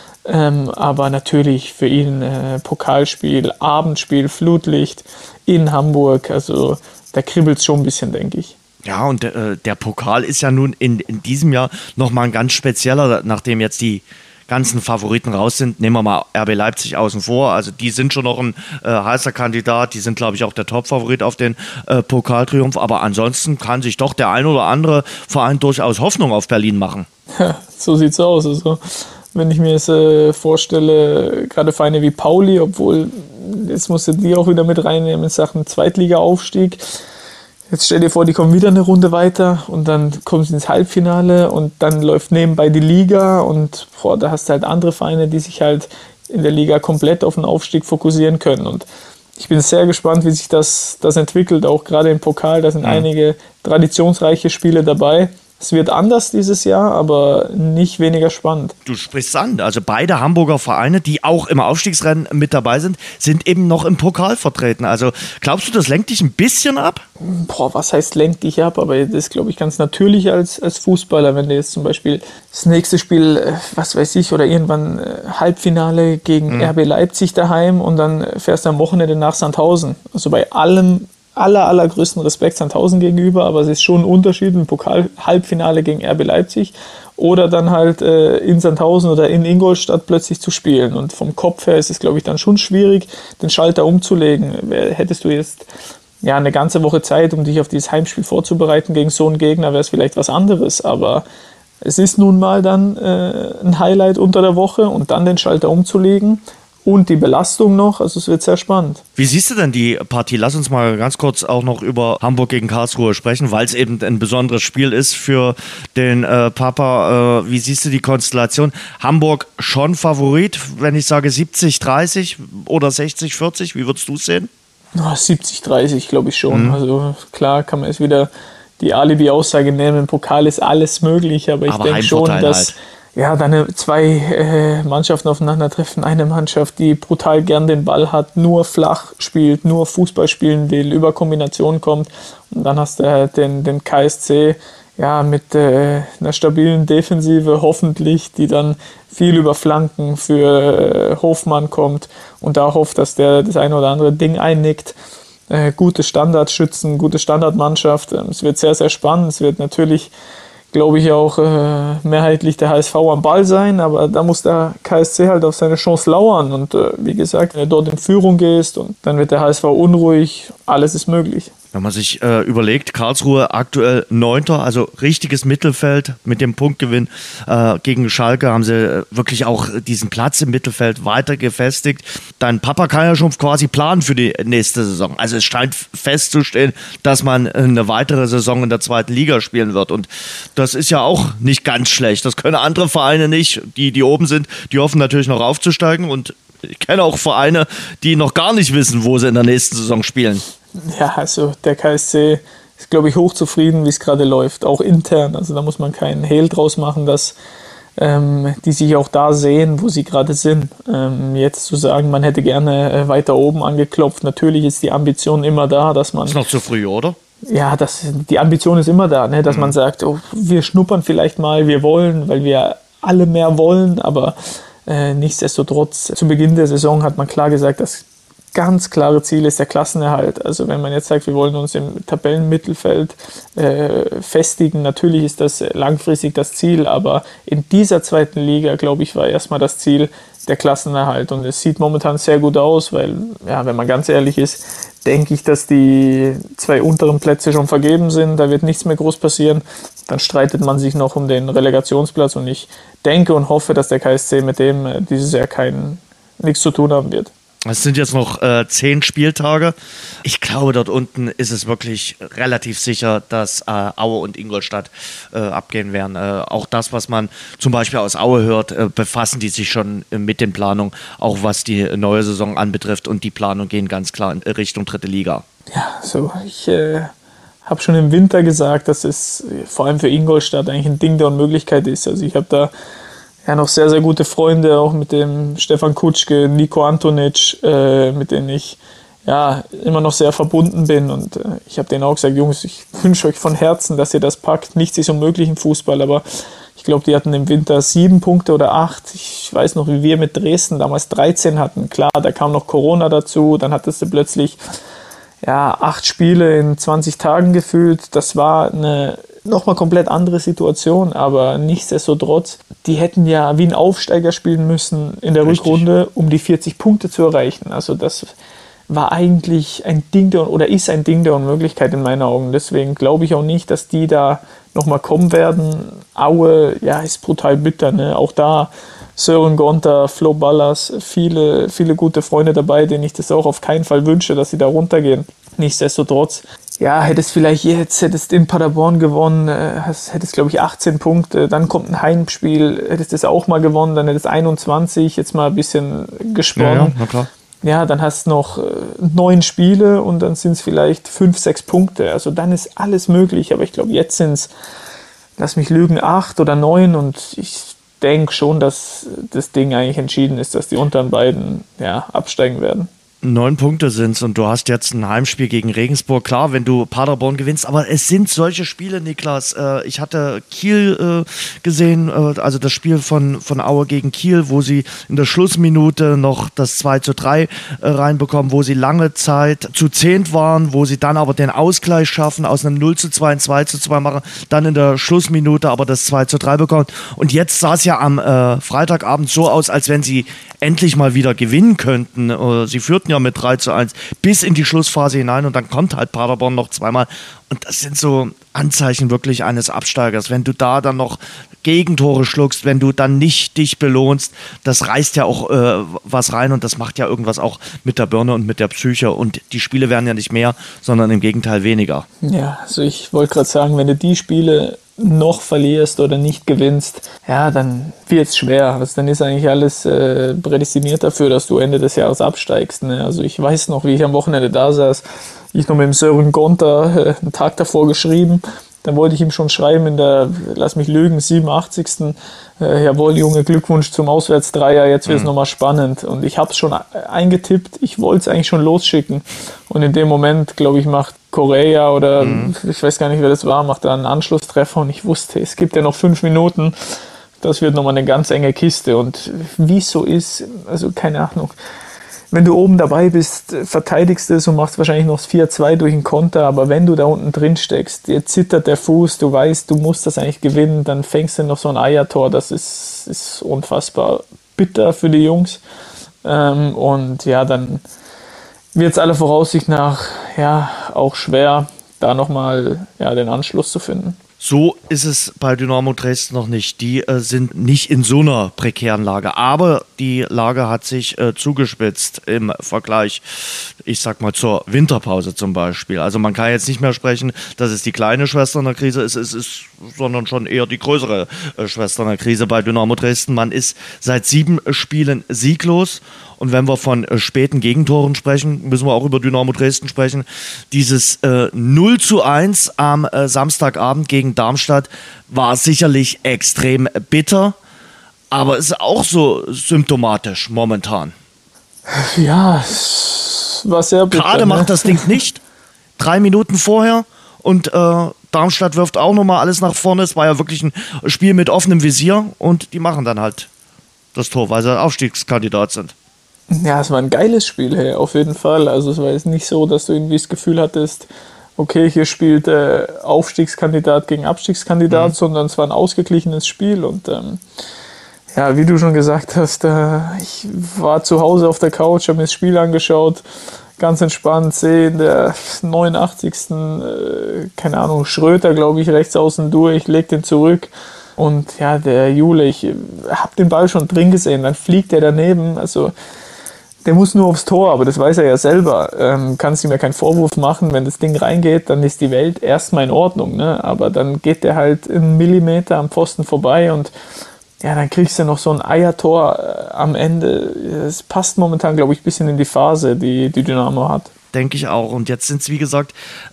Aber natürlich für ihn Pokalspiel, Abendspiel, Flutlicht in Hamburg, also da kribbelt es schon ein bisschen, denke ich. Ja, und der Pokal ist ja nun in diesem Jahr nochmal ein ganz spezieller, nachdem jetzt die ganzen Favoriten raus sind. Nehmen wir mal RB Leipzig außen vor. Also die sind schon noch ein heißer Kandidat. Die sind, glaube ich, auch der Top-Favorit auf den Pokaltriumph. Aber ansonsten kann sich doch der ein oder andere Verein durchaus Hoffnung auf Berlin machen. Ja, so sieht's aus. Also wenn ich mir jetzt vorstelle, gerade Vereine wie Pauli, obwohl, jetzt musst du die auch wieder mit reinnehmen in Sachen Zweitliga-Aufstieg. Jetzt stell dir vor, die kommen wieder eine Runde weiter und dann kommen sie ins Halbfinale und dann läuft nebenbei die Liga und da hast du halt andere Vereine, die sich halt in der Liga komplett auf den Aufstieg fokussieren können. Und ich bin sehr gespannt, wie sich das entwickelt, auch gerade im Pokal. Da sind einige traditionsreiche Spiele dabei. Es wird anders dieses Jahr, aber nicht weniger spannend. Du sprichst an, also beide Hamburger Vereine, die auch im Aufstiegsrennen mit dabei sind eben noch im Pokal vertreten. Also glaubst du, das lenkt dich ein bisschen ab? Was heißt lenkt dich ab? Aber das ist, glaube ich, ganz natürlich als Fußballer, wenn du jetzt zum Beispiel das nächste Spiel, was weiß ich, oder irgendwann Halbfinale gegen RB Leipzig daheim und dann fährst du am Wochenende nach Sandhausen. Also bei allem allergrößten Respekt Sandhausen gegenüber, aber es ist schon ein Unterschied, ein Pokal-Halbfinale gegen RB Leipzig oder dann halt in Sandhausen oder in Ingolstadt plötzlich zu spielen. Und vom Kopf her ist es, glaube ich, dann schon schwierig, den Schalter umzulegen. Hättest du jetzt eine ganze Woche Zeit, um dich auf dieses Heimspiel vorzubereiten gegen so einen Gegner, wäre es vielleicht was anderes, aber es ist nun mal dann ein Highlight unter der Woche und dann den Schalter umzulegen. Und die Belastung noch, also es wird sehr spannend. Wie siehst du denn die Partie? Lass uns mal ganz kurz auch noch über Hamburg gegen Karlsruhe sprechen, weil es eben ein besonderes Spiel ist für den Papa. Wie siehst du die Konstellation? Hamburg schon Favorit, wenn ich sage 70-30 oder 60-40, wie würdest du es sehen? 70-30 glaube ich schon. Also klar kann man jetzt wieder die Alibi-Aussage nehmen, im Pokal ist alles möglich, aber ich denke schon, dass... Ja, dann 2 Mannschaften aufeinandertreffen. Eine Mannschaft, die brutal gern den Ball hat, nur flach spielt, nur Fußball spielen will, über Kombination kommt. Und dann hast du halt den KSC mit einer stabilen Defensive, hoffentlich, die dann viel über Flanken für Hofmann kommt und da hofft, dass der das ein oder andere Ding einnickt. Gute Standardschützen, gute Standardmannschaft. Es wird sehr, sehr spannend. Es wird natürlich, glaube ich, auch mehrheitlich der HSV am Ball sein, aber da muss der KSC halt auf seine Chance lauern und wie gesagt, wenn du dort in Führung gehst und dann wird der HSV unruhig, alles ist möglich. Wenn man sich überlegt, Karlsruhe aktuell 9., also richtiges Mittelfeld mit dem Punktgewinn gegen Schalke haben sie wirklich auch diesen Platz im Mittelfeld weiter gefestigt. Dein Papa kann ja schon quasi planen für die nächste Saison. Also es scheint festzustehen, dass man eine weitere Saison in der 2. Liga spielen wird und das ist ja auch nicht ganz schlecht. Das können andere Vereine nicht, die oben sind, die hoffen natürlich noch aufzusteigen und ich kenne auch Vereine, die noch gar nicht wissen, wo sie in der nächsten Saison spielen. Ja, also der KSC ist, glaube ich, hochzufrieden, wie es gerade läuft, auch intern. Also da muss man keinen Hehl draus machen, dass die sich auch da sehen, wo sie gerade sind. Jetzt zu sagen, man hätte gerne weiter oben angeklopft, natürlich ist die Ambition immer da, dass man... Ist noch zu früh, oder? Ja, die Ambition ist immer da, ne? Dass man sagt, wir schnuppern vielleicht mal, wir wollen, weil wir alle mehr wollen, aber nichtsdestotrotz, zu Beginn der Saison hat man klar gesagt, dass ganz klare Ziel ist der Klassenerhalt. Also wenn man jetzt sagt, wir wollen uns im Tabellenmittelfeld festigen, natürlich ist das langfristig das Ziel, aber in dieser zweiten Liga, glaube ich, war erstmal das Ziel der Klassenerhalt. Und es sieht momentan sehr gut aus, weil, ja, wenn man ganz ehrlich ist, denke ich, dass die 2 unteren Plätze schon vergeben sind. Da wird nichts mehr groß passieren. Dann streitet man sich noch um den Relegationsplatz und ich denke und hoffe, dass der KSC mit dem dieses Jahr nichts zu tun haben wird. Es sind jetzt noch 10 Spieltage. Ich glaube, dort unten ist es wirklich relativ sicher, dass Aue und Ingolstadt abgehen werden. Auch das, was man zum Beispiel aus Aue hört, befassen die sich schon mit den Planungen, auch was die neue Saison anbetrifft. Und die Planungen gehen ganz klar in Richtung 3. Liga. Ja, so ich habe schon im Winter gesagt, dass es vor allem für Ingolstadt eigentlich ein Ding der Unmöglichkeit ist. Also ich habe da noch sehr, sehr gute Freunde, auch mit dem Stefan Kutschke, Nico Antonic, mit denen ich immer noch sehr verbunden bin. Und ich habe denen auch gesagt, Jungs, ich wünsche euch von Herzen, dass ihr das packt. Nichts ist unmöglich im Fußball, aber ich glaube, die hatten im Winter 7 Punkte oder 8. Ich weiß noch, wie wir mit Dresden damals 13 hatten. Klar, da kam noch Corona dazu, dann hattest du plötzlich 8 Spiele in 20 Tagen gefühlt. Das war eine nochmal komplett andere Situation, aber nichtsdestotrotz, die hätten ja wie ein Aufsteiger spielen müssen in der Rückrunde, um die 40 Punkte zu erreichen. Also das war eigentlich ein Ding ist ein Ding der Unmöglichkeit in meinen Augen. Deswegen glaube ich auch nicht, dass die da nochmal kommen werden. Aue, ist brutal bitter, ne? Auch da Sören Gonter, Flo Ballas, viele, viele gute Freunde dabei, denen ich das auch auf keinen Fall wünsche, dass sie da runtergehen. Nichtsdestotrotz, hättest in Paderborn gewonnen, hättest, glaube ich, 18 Punkte, dann kommt ein Heimspiel, hättest das auch mal gewonnen, dann hättest 21, jetzt mal ein bisschen gesponnen. Ja, na klar. Ja, dann hast du noch 9 Spiele und dann sind es vielleicht 5, 6 Punkte. Also dann ist alles möglich, aber ich glaube, jetzt sind es, lass mich lügen, 8 oder 9 und ich denke schon, dass das Ding eigentlich entschieden ist, dass die unteren beiden absteigen werden. 9 Punkte sind's und du hast jetzt ein Heimspiel gegen Regensburg. Klar, wenn du Paderborn gewinnst, aber es sind solche Spiele, Niklas. Ich hatte Kiel gesehen, also das Spiel von Aue gegen Kiel, wo sie in der Schlussminute noch das 2:3 reinbekommen, wo sie lange Zeit zu 10 waren, wo sie dann aber den Ausgleich schaffen, aus einem 0:2 ein 2:2 machen, dann in der Schlussminute aber das 2:3 bekommen. Und jetzt sah es ja am Freitagabend so aus, als wenn sie endlich mal wieder gewinnen könnten. Sie führten ja mit 3:1 bis in die Schlussphase hinein und dann kommt halt Paderborn noch zweimal. Und das sind so Anzeichen wirklich eines Absteigers. Wenn du da dann noch Gegentore schluckst, wenn du dann nicht dich belohnst, das reißt ja auch was rein und das macht ja irgendwas auch mit der Birne und mit der Psyche. Und die Spiele werden ja nicht mehr, sondern im Gegenteil weniger. Ja, also ich wollte gerade sagen, wenn du die Spiele noch verlierst oder nicht gewinnst, dann wird es schwer. Also dann ist eigentlich alles prädestiniert dafür, dass du Ende des Jahres absteigst. Ne? Also ich weiß noch, wie ich am Wochenende da saß, ich noch mit dem Sören Gonter einen Tag davor geschrieben. Dann wollte ich ihm schon schreiben in der, lass mich lügen, 87. Jawohl, Junge, Glückwunsch zum Auswärtsdreier, jetzt wird es nochmal spannend. Und ich habe es schon eingetippt, ich wollte es eigentlich schon losschicken. Und in dem Moment, glaube ich, macht Correa oder ich weiß gar nicht, wer das war, macht da einen Anschlusstreffer und ich wusste, es gibt ja noch 5 Minuten. Das wird nochmal eine ganz enge Kiste. Und wie es so ist, also keine Ahnung. Wenn du oben dabei bist, verteidigst du es und machst wahrscheinlich noch das 4:2 durch den Konter, aber wenn du da unten drin steckst, dir zittert der Fuß, du weißt, du musst das eigentlich gewinnen, dann fängst du noch so ein Eiertor, das ist unfassbar bitter für die Jungs. Und dann wird es aller Voraussicht nach auch schwer, da nochmal den Anschluss zu finden. So ist es bei Dynamo Dresden noch nicht. Die sind nicht in so einer prekären Lage. Aber die Lage hat sich zugespitzt im Vergleich, ich sag mal, zur Winterpause zum Beispiel. Also man kann jetzt nicht mehr sprechen, dass es die kleine Schwester in der Krise ist, sondern schon eher die größere Schwester in der Krise bei Dynamo Dresden. Man ist seit 7 Spielen sieglos. Und wenn wir von späten Gegentoren sprechen, müssen wir auch über Dynamo Dresden sprechen. Dieses 0:1 am Samstagabend gegen Darmstadt war sicherlich extrem bitter, aber ist auch so symptomatisch momentan. Ja, es war sehr bitter. Gerade macht das Ding nicht. 3 Minuten vorher und Darmstadt wirft auch nochmal alles nach vorne. Es war ja wirklich ein Spiel mit offenem Visier und die machen dann halt das Tor, weil sie Aufstiegskandidat sind. Ja, es war ein geiles Spiel, hey, auf jeden Fall. Also es war jetzt nicht so, dass du irgendwie das Gefühl hattest, okay, hier spielt Aufstiegskandidat gegen Abstiegskandidat, sondern es war ein ausgeglichenes Spiel. Und ja, wie du schon gesagt hast, ich war zu Hause auf der Couch, habe mir das Spiel angeschaut, ganz entspannt, sehe in der 89. Keine Ahnung, Schröter, glaube ich, rechts außen durch, legt den zurück. Und ja, der Jule, ich habe den Ball schon drin gesehen, dann fliegt er daneben. Also der muss nur aufs Tor, aber das weiß er ja selber. Kannst ihm ja keinen Vorwurf machen, wenn das Ding reingeht, dann ist die Welt erstmal in Ordnung. Ne? Aber dann geht der halt einen Millimeter am Pfosten vorbei und ja, dann kriegst du noch so ein Eiertor am Ende. Es passt momentan, glaube ich, ein bisschen in die Phase, die Dynamo hat. Denke ich auch. Und jetzt sind es, wie gesagt,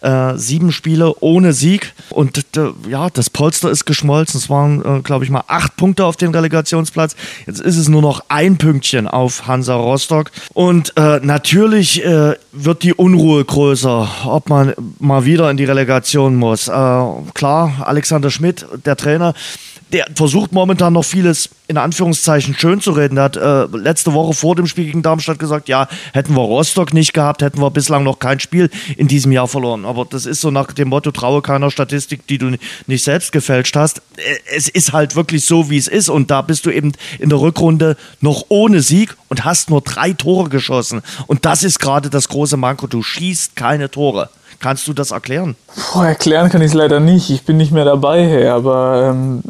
7 Spiele ohne Sieg. Und ja, das Polster ist geschmolzen. Es waren, glaube ich, mal 8 Punkte auf dem Relegationsplatz. Jetzt ist es nur noch ein Pünktchen auf Hansa Rostock. Und natürlich wird die Unruhe größer, ob man mal wieder in die Relegation muss. Klar, Alexander Schmidt, der Trainer, der versucht momentan noch vieles in Anführungszeichen schön zu reden. Er hat letzte Woche vor dem Spiel gegen Darmstadt gesagt, ja, hätten wir Rostock nicht gehabt, hätten wir bislang noch kein Spiel in diesem Jahr verloren. Aber das ist so nach dem Motto, traue keiner Statistik, die du nicht selbst gefälscht hast. Es ist halt wirklich so, wie es ist. Und da bist du eben in der Rückrunde noch ohne Sieg und hast nur 3 Tore geschossen. Und das ist gerade das große Manko. Du schießt keine Tore. Kannst du das erklären? Erklären kann ich es leider nicht. Ich bin nicht mehr dabei, hey, aber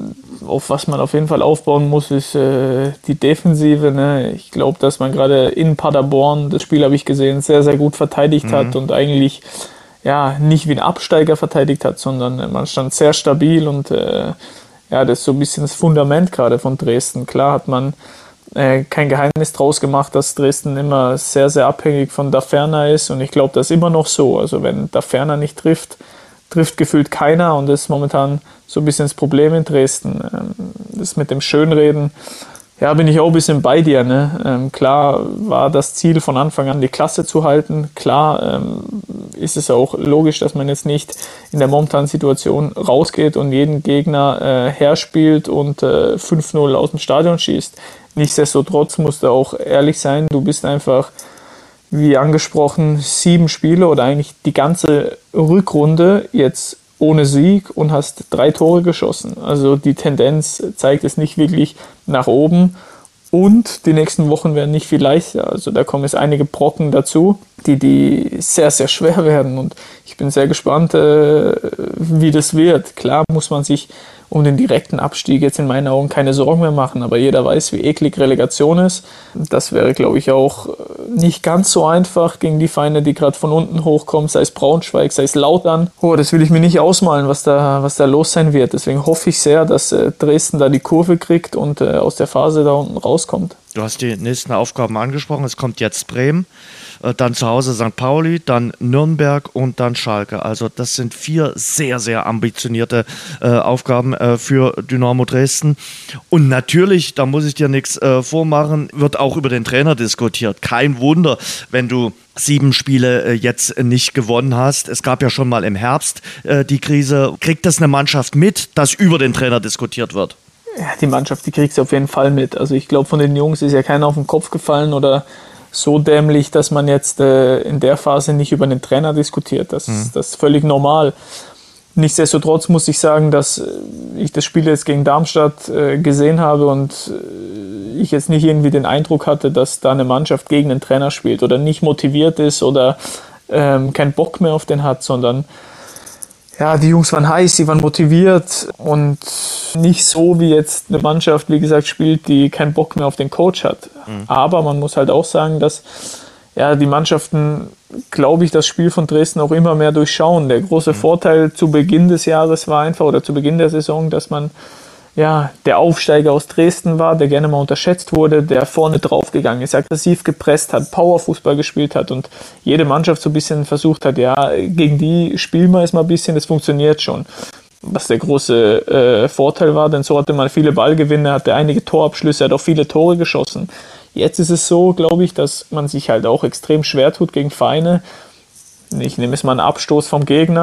auf was man auf jeden Fall aufbauen muss, ist die Defensive. Ne? Ich glaube, dass man gerade in Paderborn, das Spiel habe ich gesehen, sehr, sehr gut verteidigt hat und eigentlich ja nicht wie ein Absteiger verteidigt hat, sondern man stand sehr stabil und ja, das ist so ein bisschen das Fundament gerade von Dresden. Klar hat man kein Geheimnis draus gemacht, dass Dresden immer sehr, sehr abhängig von Daferner ist und ich glaube, das ist immer noch so. Also wenn Daferner nicht trifft gefühlt keiner und das ist momentan so ein bisschen das Problem in Dresden. Das mit dem Schönreden, ja, bin ich auch ein bisschen bei dir. Ne? Klar war das Ziel von Anfang an, die Klasse zu halten. Klar ist es auch logisch, dass man jetzt nicht in der momentanen Situation rausgeht und jeden Gegner herspielt und 5-0 aus dem Stadion schießt. Nichtsdestotrotz musst du auch ehrlich sein, du bist einfach, wie angesprochen, 7 Spiele oder eigentlich die ganze Rückrunde jetzt ohne Sieg und hast 3 Tore geschossen. Also die Tendenz zeigt es nicht wirklich nach oben und die nächsten Wochen werden nicht viel leichter. Also da kommen jetzt einige Brocken dazu, die sehr, sehr schwer werden und ich bin sehr gespannt, wie das wird. Klar muss man sich um den direkten Abstieg jetzt in meinen Augen keine Sorgen mehr machen, aber jeder weiß, wie eklig Relegation ist. Das wäre, glaube ich, auch nicht ganz so einfach gegen die Feinde, die gerade von unten hochkommen, sei es Braunschweig, sei es Lautern. Das will ich mir nicht ausmalen, was da los sein wird. Deswegen hoffe ich sehr, dass Dresden da die Kurve kriegt und aus der Phase da unten rauskommt. Du hast die nächsten Aufgaben angesprochen. Es kommt jetzt Bremen, dann zu Hause St. Pauli, dann Nürnberg und dann Schalke. Also das sind 4 sehr, sehr ambitionierte Aufgaben für Dynamo Dresden. Und natürlich, da muss ich dir nichts vormachen, wird auch über den Trainer diskutiert. Kein Wunder, wenn du 7 Spiele jetzt nicht gewonnen hast. Es gab ja schon mal im Herbst die Krise. Kriegt das eine Mannschaft mit, dass über den Trainer diskutiert wird? Ja, die Mannschaft, die kriegst du auf jeden Fall mit. Also ich glaube, von den Jungs ist ja keiner auf den Kopf gefallen oder so dämlich, dass man jetzt in der Phase nicht über den Trainer diskutiert. Das ist völlig normal. Nichtsdestotrotz muss ich sagen, dass ich das Spiel jetzt gegen Darmstadt gesehen habe und ich jetzt nicht irgendwie den Eindruck hatte, dass da eine Mannschaft gegen den Trainer spielt oder nicht motiviert ist oder keinen Bock mehr auf den hat, sondern ja, die Jungs waren heiß, die waren motiviert und nicht so wie jetzt eine Mannschaft, wie gesagt, spielt, die keinen Bock mehr auf den Coach hat. Aber man muss halt auch sagen, dass ja, die Mannschaften, glaube ich, das Spiel von Dresden auch immer mehr durchschauen. Der große Vorteil zu Beginn des Jahres war einfach, oder zu Beginn der Saison, dass man ja, der Aufsteiger aus Dresden war, der gerne mal unterschätzt wurde, der vorne draufgegangen ist, aggressiv gepresst hat, Powerfußball gespielt hat und jede Mannschaft so ein bisschen versucht hat, ja, gegen die spielen wir jetzt mal ein bisschen, das funktioniert schon. Was der große Vorteil war, denn so hatte man viele Ballgewinne, hatte einige Torabschlüsse, hat auch viele Tore geschossen. Jetzt ist es so, glaube ich, dass man sich halt auch extrem schwer tut gegen Vereine. Ich nehme jetzt mal einen Abstoß vom Gegner,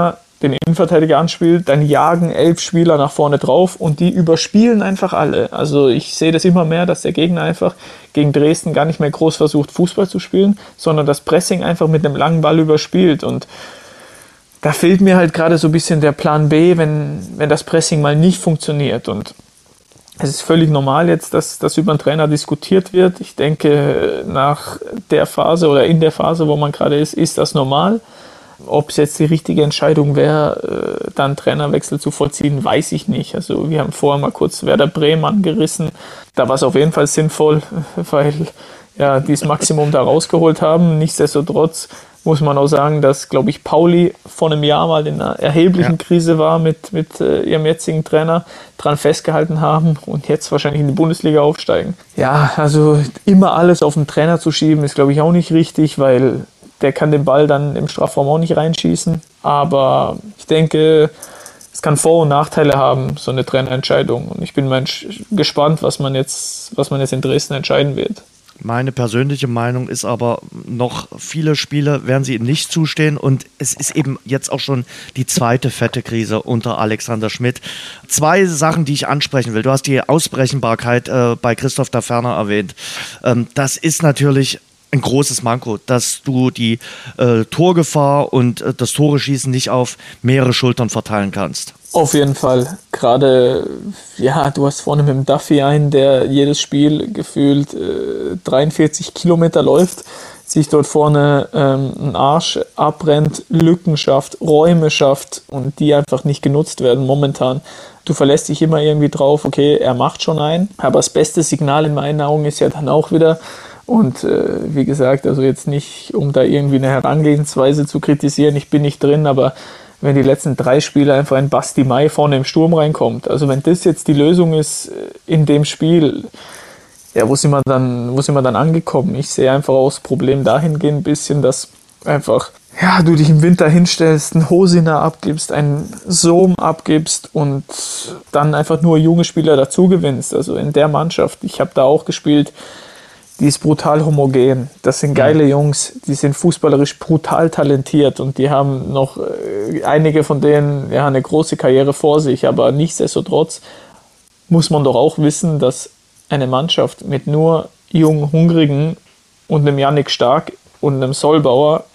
den Innenverteidiger anspielt, dann jagen 11 Spieler nach vorne drauf und die überspielen einfach alle. Also ich sehe das immer mehr, dass der Gegner einfach gegen Dresden gar nicht mehr groß versucht, Fußball zu spielen, sondern das Pressing einfach mit einem langen Ball überspielt. Und da fehlt mir halt gerade so ein bisschen der Plan B, wenn das Pressing mal nicht funktioniert. Und es ist völlig normal jetzt, dass das über einen Trainer diskutiert wird. Ich denke, nach der Phase oder in der Phase, wo man gerade ist das normal. Ob es jetzt die richtige Entscheidung wäre, dann einen Trainerwechsel zu vollziehen, weiß ich nicht. Also wir haben vorher mal kurz Werder Bremen angerissen. Da war es auf jeden Fall sinnvoll, weil ja, die das Maximum da rausgeholt haben. Nichtsdestotrotz muss man auch sagen, dass, glaube ich, Pauli vor einem Jahr mal in einer erheblichen Krise war mit ihrem jetzigen Trainer, dran festgehalten haben und jetzt wahrscheinlich in die Bundesliga aufsteigen. Ja, also immer alles auf den Trainer zu schieben, ist, glaube ich, auch nicht richtig, weil der kann den Ball dann im Strafraum auch nicht reinschießen. Aber ich denke, es kann Vor- und Nachteile haben, so eine Trainerentscheidung. Und ich bin mal gespannt, was man jetzt in Dresden entscheiden wird. Meine persönliche Meinung ist aber, noch viele Spiele werden sie ihm nicht zustehen und es ist eben jetzt auch schon die zweite fette Krise unter Alexander Schmidt. 2 Sachen, die ich ansprechen will. Du hast die Ausbrechenbarkeit bei Christoph da Ferner erwähnt. Das ist natürlich ein großes Manko, dass du die Torgefahr und das Tore-Schießen nicht auf mehrere Schultern verteilen kannst. Auf jeden Fall. Gerade, ja, du hast vorne mit dem Duffy einen, der jedes Spiel gefühlt 43 Kilometer läuft, sich dort vorne einen Arsch abbrennt, Lücken schafft, Räume schafft und die einfach nicht genutzt werden momentan. Du verlässt dich immer irgendwie drauf, okay, er macht schon einen, aber das beste Signal in meinen Augen ist ja dann auch wieder, und wie gesagt, also jetzt nicht, um da irgendwie eine Herangehensweise zu kritisieren, ich bin nicht drin, aber wenn die letzten 3 Spiele einfach ein Basti Mai vorne im Sturm reinkommt, also wenn das jetzt die Lösung ist in dem Spiel, ja, wo sind wir dann angekommen? Ich sehe einfach auch das Problem dahingehend ein bisschen, dass einfach, ja, du dich im Winter hinstellst, einen Hosiner abgibst, einen Sohm abgibst und dann einfach nur junge Spieler dazu gewinnst. Also in der Mannschaft, ich habe da auch gespielt, die ist brutal homogen. Das sind geile Jungs, die sind fußballerisch brutal talentiert und die haben noch einige von denen ja eine große Karriere vor sich, aber nichtsdestotrotz muss man doch auch wissen, dass eine Mannschaft mit nur jungen, hungrigen und einem Yannick Stark und einem Solbauer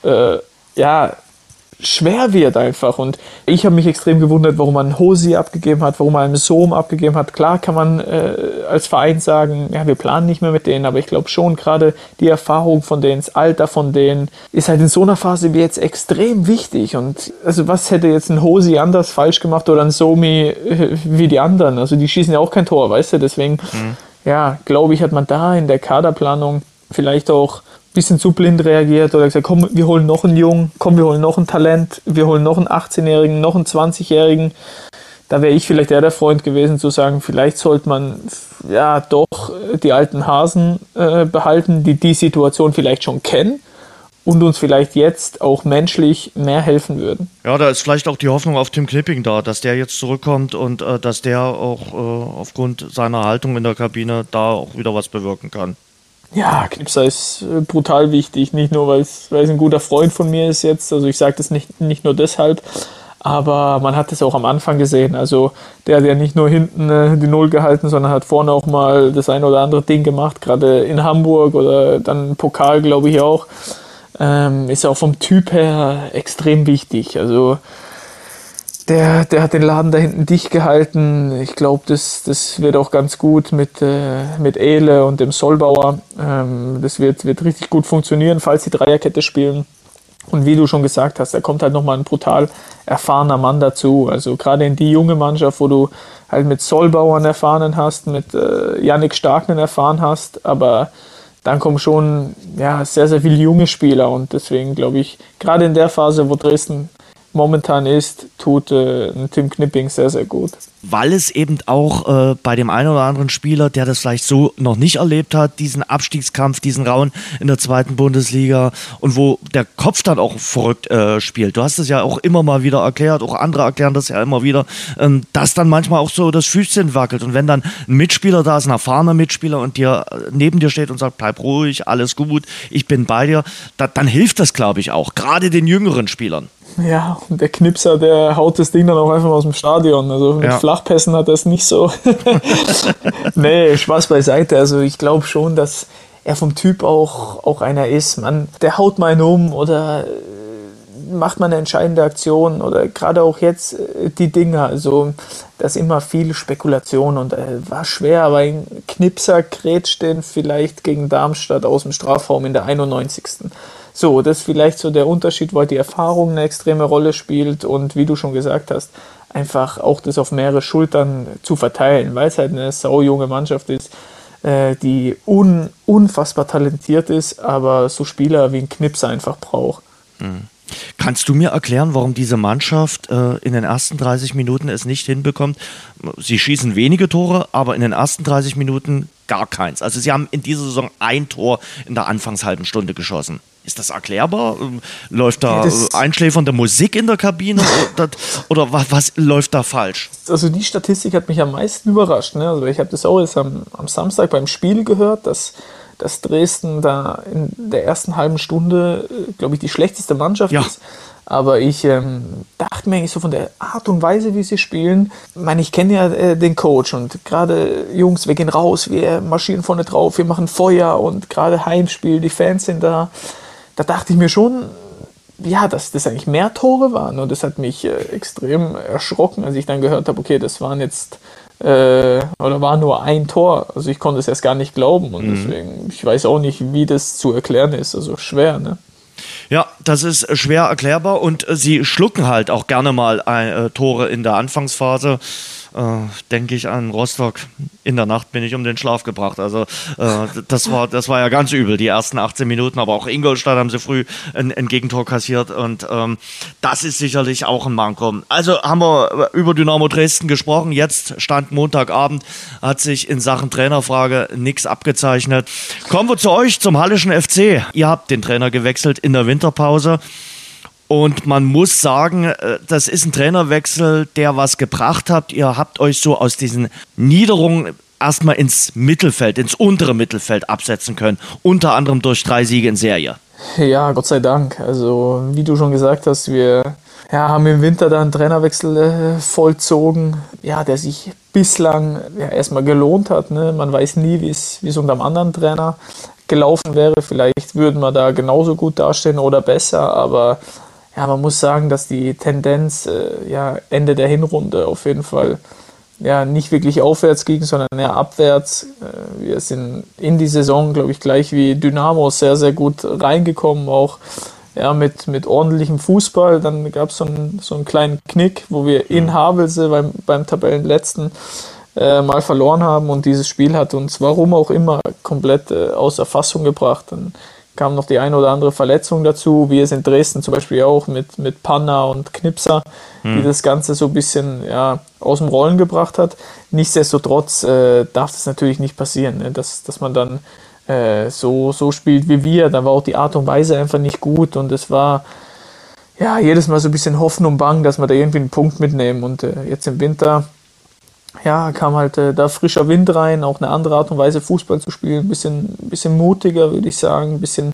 schwer wird einfach. Und ich habe mich extrem gewundert, warum man Hosi abgegeben hat, warum man einen Sohm abgegeben hat. Klar kann man als Verein sagen, ja, wir planen nicht mehr mit denen, aber ich glaube schon, gerade die Erfahrung von denen, das Alter von denen, ist halt in so einer Phase wie jetzt extrem wichtig. Und also was hätte jetzt ein Hosi anders falsch gemacht oder ein Somi wie die anderen? Also die schießen ja auch kein Tor, weißt du? Deswegen, glaube ich, hat man da in der Kaderplanung vielleicht auch bisschen zu blind reagiert oder gesagt, komm, wir holen noch einen Jungen, komm, wir holen noch ein Talent, wir holen noch einen 18-Jährigen, noch einen 20-Jährigen. Da wäre ich vielleicht eher der Freund gewesen zu sagen, vielleicht sollte man ja doch die alten Hasen behalten, die Situation vielleicht schon kennen und uns vielleicht jetzt auch menschlich mehr helfen würden. Ja, da ist vielleicht auch die Hoffnung auf Tim Knipping da, dass der jetzt zurückkommt und dass der auch aufgrund seiner Haltung in der Kabine da auch wieder was bewirken kann. Ja, Knipser ist brutal wichtig, nicht nur, weil es ein guter Freund von mir ist jetzt, also ich sage das nicht nur deshalb, aber man hat es auch am Anfang gesehen, also der hat ja nicht nur hinten die Null gehalten, sondern hat vorne auch mal das ein oder andere Ding gemacht, gerade in Hamburg oder dann Pokal, glaube ich auch, ist auch vom Typ her extrem wichtig, also der hat den Laden da hinten dicht gehalten. Ich glaube, das wird auch ganz gut mit Ehle und dem Solbauer. Das wird richtig gut funktionieren, falls die Dreierkette spielen. Und wie du schon gesagt hast, da kommt halt nochmal ein brutal erfahrener Mann dazu. Also gerade in die junge Mannschaft, wo du halt mit Solbauer einen Erfahrenen hast, mit Yannick Stark einen Erfahren hast, aber dann kommen schon sehr, sehr viele junge Spieler. Und deswegen glaube ich, gerade in der Phase, wo Dresden momentan ist, tut Tim Knipping sehr, sehr gut. Weil es eben auch bei dem einen oder anderen Spieler, der das vielleicht so noch nicht erlebt hat, diesen Abstiegskampf, diesen Rauen in der 2. Bundesliga und wo der Kopf dann auch verrückt spielt. Du hast es ja auch immer mal wieder erklärt, auch andere erklären das ja immer wieder, dass dann manchmal auch so das Füßchen wackelt und wenn dann ein Mitspieler da ist, ein erfahrener Mitspieler und dir neben dir steht und sagt, bleib ruhig, alles gut, ich bin bei dir, dann hilft das, glaube ich, auch, gerade den jüngeren Spielern. Ja, und der Knipser, der haut das Ding dann auch einfach mal aus dem Stadion. Also mit Flachpässen hat das nicht so. Nee, Spaß beiseite. Also ich glaube schon, dass er vom Typ auch einer ist. Der haut mal einen um oder macht mal eine entscheidende Aktion oder gerade auch jetzt die Dinger. Also das ist immer viel Spekulation und war schwer, aber ein Knipser grätscht den vielleicht gegen Darmstadt aus dem Strafraum in der 91. So, das ist vielleicht so der Unterschied, weil die Erfahrung eine extreme Rolle spielt und wie du schon gesagt hast, einfach auch das auf mehrere Schultern zu verteilen, weil es halt eine saujunge Mannschaft ist, die unfassbar talentiert ist, aber so Spieler wie ein Knipser einfach braucht. Mhm. Kannst du mir erklären, warum diese Mannschaft in den ersten 30 Minuten es nicht hinbekommt? Sie schießen wenige Tore, aber in den ersten 30 Minuten gar keins. Also sie haben in dieser Saison ein Tor in der Anfangshalben Stunde geschossen. Ist das erklärbar? Läuft da einschläfernde Musik in der Kabine oder was läuft da falsch? Also die Statistik hat mich am meisten überrascht. Ne? Also ich habe das auch jetzt am Samstag beim Spiel gehört, dass Dresden da in der ersten halben Stunde, glaube ich, die schlechteste Mannschaft ist. Aber ich dachte mir eigentlich so von der Art und Weise, wie sie spielen, ich kenne ja den Coach und gerade Jungs, wir gehen raus, wir marschieren vorne drauf, wir machen Feuer und gerade Heimspiel, die Fans sind da. Da dachte ich mir schon, ja, dass das eigentlich mehr Tore waren und das hat mich extrem erschrocken, als ich dann gehört habe, okay, das waren jetzt war nur ein Tor. Also ich konnte es erst gar nicht glauben und deswegen, ich weiß auch nicht, wie das zu erklären ist. Also schwer, ne? Ja, das ist schwer erklärbar und sie schlucken halt auch gerne mal Tore in der Anfangsphase. Denke ich an Rostock. In der Nacht bin ich um den Schlaf gebracht. Also das war ja ganz übel, die ersten 18 Minuten. Aber auch Ingolstadt haben sie früh ein Gegentor kassiert und das ist sicherlich auch ein Manko. Also haben wir über Dynamo Dresden gesprochen. Jetzt stand Montagabend, hat sich in Sachen Trainerfrage nichts abgezeichnet. Kommen wir zu euch, zum Hallischen FC. Ihr habt den Trainer gewechselt in der Winterpause. Und man muss sagen, das ist ein Trainerwechsel, der was gebracht hat. Ihr habt euch so aus diesen Niederungen erstmal ins Mittelfeld, ins untere Mittelfeld absetzen können. Unter anderem durch 3 Siege in Serie. Ja, Gott sei Dank. Also wie du schon gesagt hast, wir haben im Winter da einen Trainerwechsel vollzogen, der sich bislang erstmal gelohnt hat. Ne? Man weiß nie, wie es unter einem anderen Trainer gelaufen wäre. Vielleicht würden wir da genauso gut dastehen oder besser, aber man muss sagen, dass die Tendenz Ende der Hinrunde auf jeden Fall nicht wirklich aufwärts ging, sondern eher abwärts. Wir sind in die Saison, glaube ich, gleich wie Dynamo sehr, sehr gut reingekommen, auch mit ordentlichem Fußball. Dann gab es so einen kleinen Knick, wo wir in Havelse beim Tabellenletzten mal verloren haben und dieses Spiel hat uns, warum auch immer, komplett außer Fassung gebracht. Dann kam noch die eine oder andere Verletzung dazu, wie es in Dresden zum Beispiel auch mit Panna und Knipser, die das Ganze so ein bisschen aus dem Rollen gebracht hat. Nichtsdestotrotz darf das natürlich nicht passieren, ne? Dass man dann so spielt wie wir. Da war auch die Art und Weise einfach nicht gut und es war jedes Mal so ein bisschen Hoffen und Bang, dass wir da irgendwie einen Punkt mitnehmen und jetzt im Winter kam halt da frischer Wind rein, auch eine andere Art und Weise Fußball zu spielen, ein bisschen mutiger, würde ich sagen, ein bisschen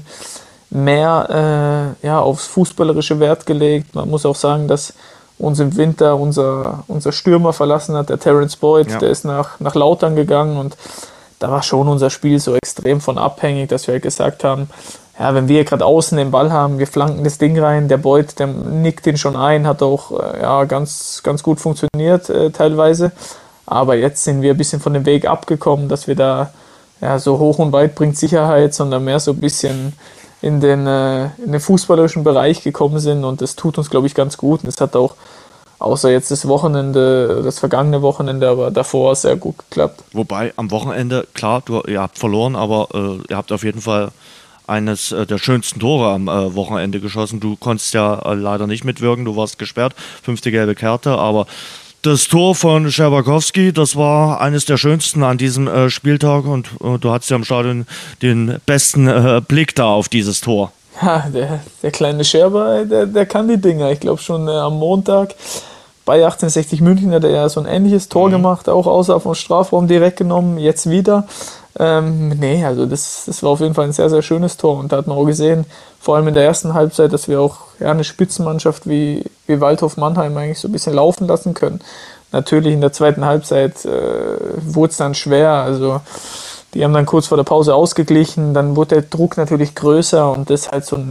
mehr aufs Fußballerische Wert gelegt. Man muss auch sagen, dass uns im Winter unser Stürmer verlassen hat, der Terence Boyd, der ist nach Lautern gegangen und da war schon unser Spiel so extrem von abhängig, dass wir halt gesagt haben, wenn wir gerade außen den Ball haben, wir flanken das Ding rein, der Boyd, der nickt den schon ein, hat auch ganz, ganz gut funktioniert teilweise. Aber jetzt sind wir ein bisschen von dem Weg abgekommen, dass wir da so hoch und weit bringt Sicherheit, sondern mehr so ein bisschen in den fußballerischen Bereich gekommen sind und das tut uns, glaube ich, ganz gut. Und es hat auch, außer jetzt das vergangene Wochenende, aber davor sehr gut geklappt. Wobei am Wochenende, klar, ihr habt verloren, aber ihr habt auf jeden Fall eines der schönsten Tore am Wochenende geschossen. Du konntest ja leider nicht mitwirken, du warst gesperrt, 5. gelbe Karte, aber das Tor von Scherbakowski, das war eines der schönsten an diesem Spieltag und du hattest ja im Stadion den besten Blick da auf dieses Tor. Ja, der kleine Scherber, der kann die Dinger. Ich glaube schon am Montag bei 1860 München hat er ja so ein ähnliches Tor gemacht, auch außerhalb vom Strafraum direkt genommen, jetzt wieder. Nee, also das war auf jeden Fall ein sehr, sehr schönes Tor. Und da hat man auch gesehen, vor allem in der ersten Halbzeit, dass wir auch eine Spitzenmannschaft wie Waldhof Mannheim eigentlich so ein bisschen laufen lassen können. Natürlich in der zweiten Halbzeit wurde es dann schwer. Also die haben dann kurz vor der Pause ausgeglichen. Dann wurde der Druck natürlich größer. Und das halt so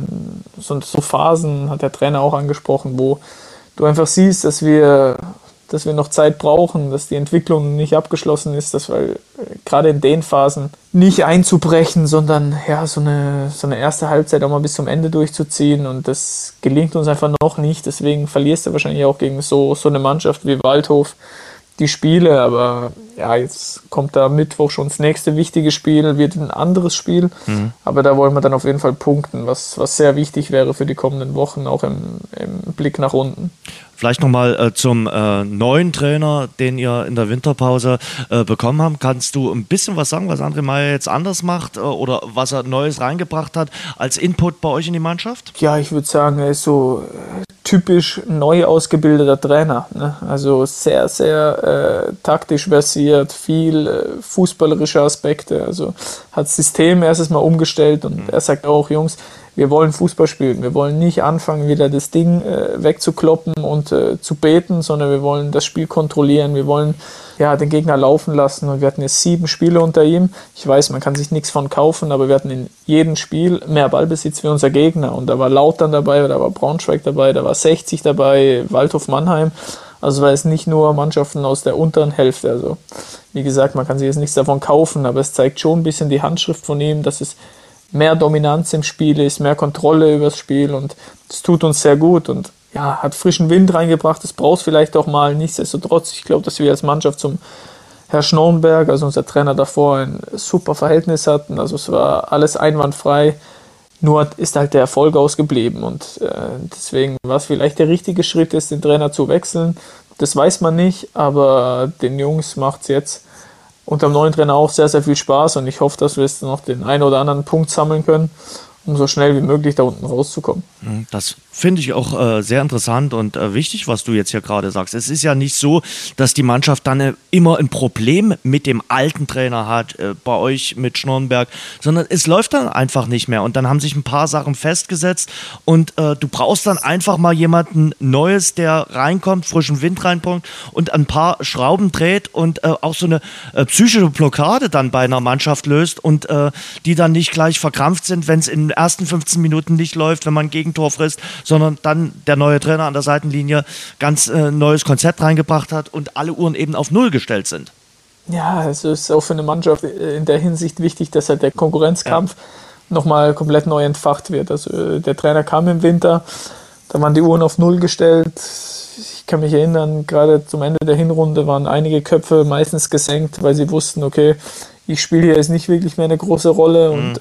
Phasen, hat der Trainer auch angesprochen, wo du einfach siehst, dass wir noch Zeit brauchen, dass die Entwicklung nicht abgeschlossen ist, dass wir gerade in den Phasen nicht einzubrechen, sondern ja, so eine erste Halbzeit auch mal bis zum Ende durchzuziehen, und das gelingt uns einfach noch nicht. Deswegen verlierst du wahrscheinlich auch gegen so eine Mannschaft wie Waldhof die Spiele, aber ja, jetzt kommt da Mittwoch schon das nächste wichtige Spiel, wird ein anderes Spiel, aber da wollen wir dann auf jeden Fall punkten, was sehr wichtig wäre für die kommenden Wochen, auch im Blick nach unten. Vielleicht nochmal zum neuen Trainer, den ihr in der Winterpause bekommen habt. Kannst du ein bisschen was sagen, was André Meyer jetzt anders macht oder was er Neues reingebracht hat als Input bei euch in die Mannschaft? Ja, ich würde sagen, er ist so typisch neu ausgebildeter Trainer, ne? Also sehr, sehr taktisch versiert, viel fußballerische Aspekte. Also hat das System erstes Mal umgestellt, und er sagt auch, Jungs, wir wollen Fußball spielen. Wir wollen nicht anfangen, wieder das Ding wegzukloppen und zu beten, sondern wir wollen das Spiel kontrollieren. Wir wollen den Gegner laufen lassen. Und wir hatten jetzt 7 Spiele unter ihm. Ich weiß, man kann sich nichts von kaufen, aber wir hatten in jedem Spiel mehr Ballbesitz wie unser Gegner. Und da war Lautern dabei, da war Braunschweig dabei, da war 60 dabei, Waldhof Mannheim. Also war es nicht nur Mannschaften aus der unteren Hälfte. Also wie gesagt, man kann sich jetzt nichts davon kaufen, aber es zeigt schon ein bisschen die Handschrift von ihm, dass es mehr Dominanz im Spiel ist, mehr Kontrolle über das Spiel, und das tut uns sehr gut und ja, hat frischen Wind reingebracht, das braucht es vielleicht auch mal. Nichtsdestotrotz, ich glaube, dass wir als Mannschaft zum Herr Schnornberg, also unser Trainer davor, ein super Verhältnis hatten, also es war alles einwandfrei, nur ist halt der Erfolg ausgeblieben, und deswegen war es vielleicht der richtige Schritt, den Trainer zu wechseln, das weiß man nicht, aber den Jungs macht es jetzt unter dem neuen Trainer auch sehr, sehr viel Spaß, und ich hoffe, dass wir jetzt noch den einen oder anderen Punkt sammeln können, um so schnell wie möglich da unten rauszukommen. Das finde ich auch sehr interessant und wichtig, was du jetzt hier gerade sagst. Es ist ja nicht so, dass die Mannschaft dann immer ein Problem mit dem alten Trainer hat, bei euch mit Schnornberg, sondern es läuft dann einfach nicht mehr, und dann haben sich ein paar Sachen festgesetzt, und du brauchst dann einfach mal jemanden Neues, der reinkommt, frischen Wind reinbringt und ein paar Schrauben dreht und auch so eine psychische Blockade dann bei einer Mannschaft löst, und die dann nicht gleich verkrampft sind, wenn es in den ersten 15 Minuten nicht läuft, wenn man ein Gegentor frisst, sondern dann der neue Trainer an der Seitenlinie ganz neues Konzept reingebracht hat und alle Uhren eben auf Null gestellt sind. Ja, es ist auch für eine Mannschaft in der Hinsicht wichtig, dass halt der Konkurrenzkampf nochmal komplett neu entfacht wird. Also der Trainer kam im Winter, da waren die Uhren auf Null gestellt. Ich kann mich erinnern, gerade zum Ende der Hinrunde waren einige Köpfe meistens gesenkt, weil sie wussten, okay, ich spiele hier jetzt nicht wirklich mehr eine große Rolle, und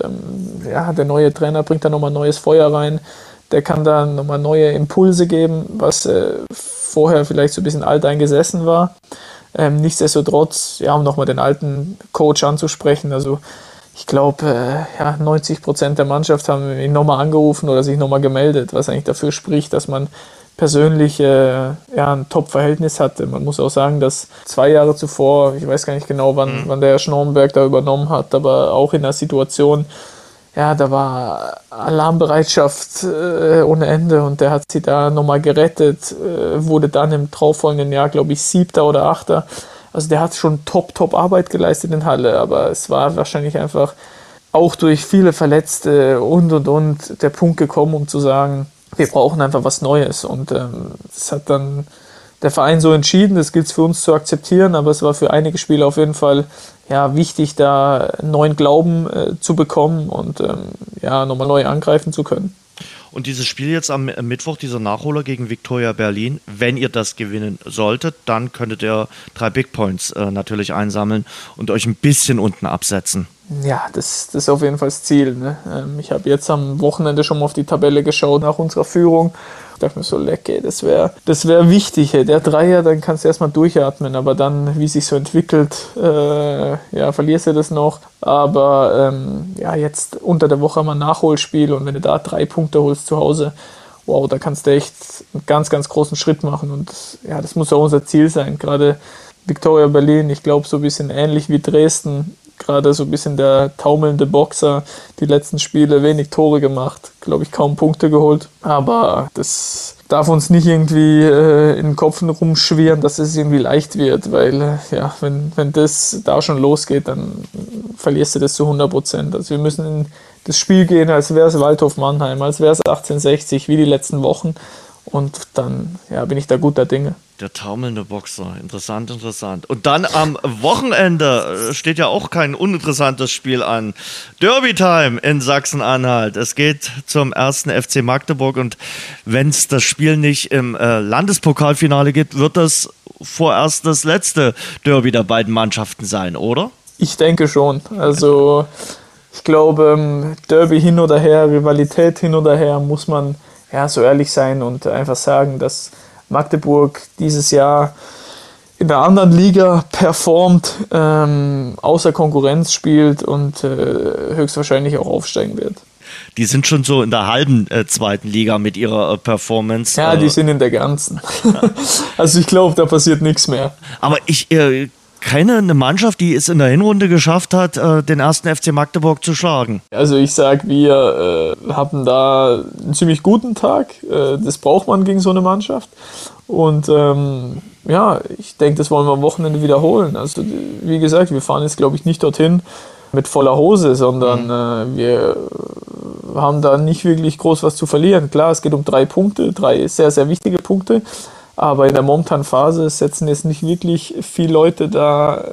der neue Trainer bringt da nochmal neues Feuer rein. Der kann da nochmal neue Impulse geben, was vorher vielleicht so ein bisschen alteingesessen war. Nichtsdestotrotz, um nochmal den alten Coach anzusprechen, also ich glaube, 90% der Mannschaft haben ihn nochmal angerufen oder sich nochmal gemeldet, was eigentlich dafür spricht, dass man persönlich ein Top-Verhältnis hatte. Man muss auch sagen, dass 2 Jahre zuvor, ich weiß gar nicht genau, wann der Herr Schnornberg da übernommen hat, aber auch in der Situation, da war Alarmbereitschaft ohne Ende, und der hat sie da nochmal gerettet, wurde dann im darauffolgenden Jahr, glaube ich, 7. oder 8. Also der hat schon top Arbeit geleistet in Halle, aber es war wahrscheinlich einfach auch durch viele Verletzte und der Punkt gekommen, um zu sagen, wir brauchen einfach was Neues, und das hat dann der Verein so entschieden, das gilt es für uns zu akzeptieren, aber es war für einige Spieler auf jeden Fall wichtig, da neuen Glauben zu bekommen und nochmal neu angreifen zu können. Und dieses Spiel jetzt am Mittwoch, dieser Nachholer gegen Viktoria Berlin, wenn ihr das gewinnen solltet, dann könntet ihr 3 Big Points natürlich einsammeln und euch ein bisschen unten absetzen. Ja, das ist auf jeden Fall das Ziel, ne? Ich habe jetzt am Wochenende schon mal auf die Tabelle geschaut nach unserer Führung. Ich dachte mir so, lecke, das wär wichtig. Hey. Der Dreier, dann kannst du erstmal durchatmen, aber dann, wie sich so entwickelt, verlierst du das noch. Aber jetzt unter der Woche haben wir ein Nachholspiel, und wenn du da 3 Punkte holst zu Hause, wow, da kannst du echt einen ganz, ganz großen Schritt machen, und das muss ja unser Ziel sein. Gerade Viktoria Berlin, ich glaube, so ein bisschen ähnlich wie Dresden, gerade so ein bisschen der taumelnde Boxer. Die letzten Spiele wenig Tore gemacht, glaube ich, kaum Punkte geholt. Aber das darf uns nicht irgendwie in den Kopf rumschwirren, dass es irgendwie leicht wird, weil wenn das da schon losgeht, dann verlierst du das zu 100%. Also wir müssen in das Spiel gehen, als wäre es Waldhof Mannheim, als wäre es 1860, wie die letzten Wochen. Und dann bin ich da guter Dinge. Der taumelnde Boxer, interessant. Und dann am Wochenende steht ja auch kein uninteressantes Spiel an. Derby-Time in Sachsen-Anhalt. Es geht zum 1. FC Magdeburg und wenn es das Spiel nicht im Landespokalfinale gibt, wird das vorerst das letzte Derby der beiden Mannschaften sein, oder? Ich denke schon. Also ich glaube, Derby hin oder her, Rivalität hin oder her, muss man so ehrlich sein und einfach sagen, dass Magdeburg dieses Jahr in der anderen Liga performt, außer Konkurrenz spielt und höchstwahrscheinlich auch aufsteigen wird. Die sind schon so in der halben zweiten Liga mit ihrer Performance. Ja, die sind in der ganzen. Also ich glaube, da passiert nichts mehr. Aber ich kenne eine Mannschaft, die es in der Hinrunde geschafft hat, den 1. FC Magdeburg zu schlagen. Also ich sage, wir hatten da einen ziemlich guten Tag. Das braucht man gegen so eine Mannschaft. Und ich denke, das wollen wir am Wochenende wiederholen. Also wie gesagt, wir fahren jetzt, glaube ich, nicht dorthin mit voller Hose, sondern wir haben da nicht wirklich groß was zu verlieren. Klar, es geht um 3 Punkte, 3 sehr, sehr wichtige Punkte. Aber in der momentanen Phase setzen jetzt nicht wirklich viele Leute da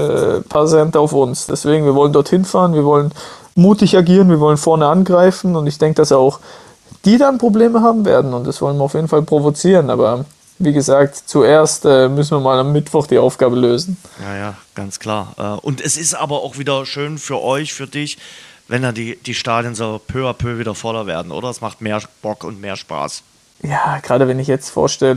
präsent auf uns. Deswegen, wir wollen dorthin fahren, wir wollen mutig agieren, wir wollen vorne angreifen und ich denke, dass auch die dann Probleme haben werden und das wollen wir auf jeden Fall provozieren. Aber wie gesagt, zuerst müssen wir mal am Mittwoch die Aufgabe lösen. Ja, ganz klar. Und es ist aber auch wieder schön für euch, für dich, wenn dann die Stadien so peu à peu wieder voller werden, oder? Es macht mehr Bock und mehr Spaß. Ja, gerade wenn ich jetzt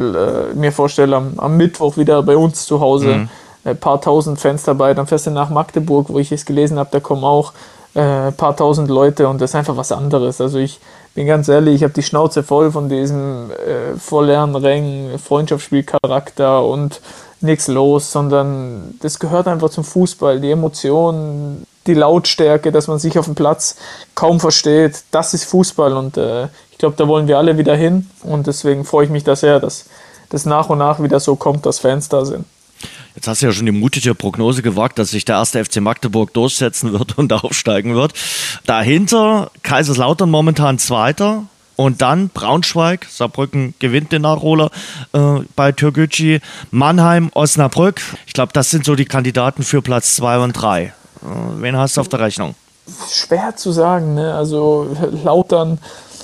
mir vorstelle, am Mittwoch wieder bei uns zu Hause, ein paar tausend Fans dabei, dann fährst du nach Magdeburg, wo ich es gelesen habe, da kommen auch ein paar tausend Leute und das ist einfach was anderes. Also ich bin ganz ehrlich, ich habe die Schnauze voll von diesem vollen Rängen, Freundschaftsspielcharakter und nichts los, sondern das gehört einfach zum Fußball, die Emotionen, die Lautstärke, dass man sich auf dem Platz kaum versteht, das ist Fußball und ich glaube, da wollen wir alle wieder hin und deswegen freue ich mich da sehr, dass das nach und nach wieder so kommt, dass Fans da sind. Jetzt hast du ja schon die mutige Prognose gewagt, dass sich der 1. FC Magdeburg durchsetzen wird und aufsteigen wird. Dahinter Kaiserslautern momentan Zweiter und dann Braunschweig, Saarbrücken gewinnt den Nachholer bei Türkgücü, Mannheim, Osnabrück. Ich glaube, das sind so die Kandidaten für Platz 2 und 3. Wen hast du auf der Rechnung? Schwer zu sagen, ne? Also Lautern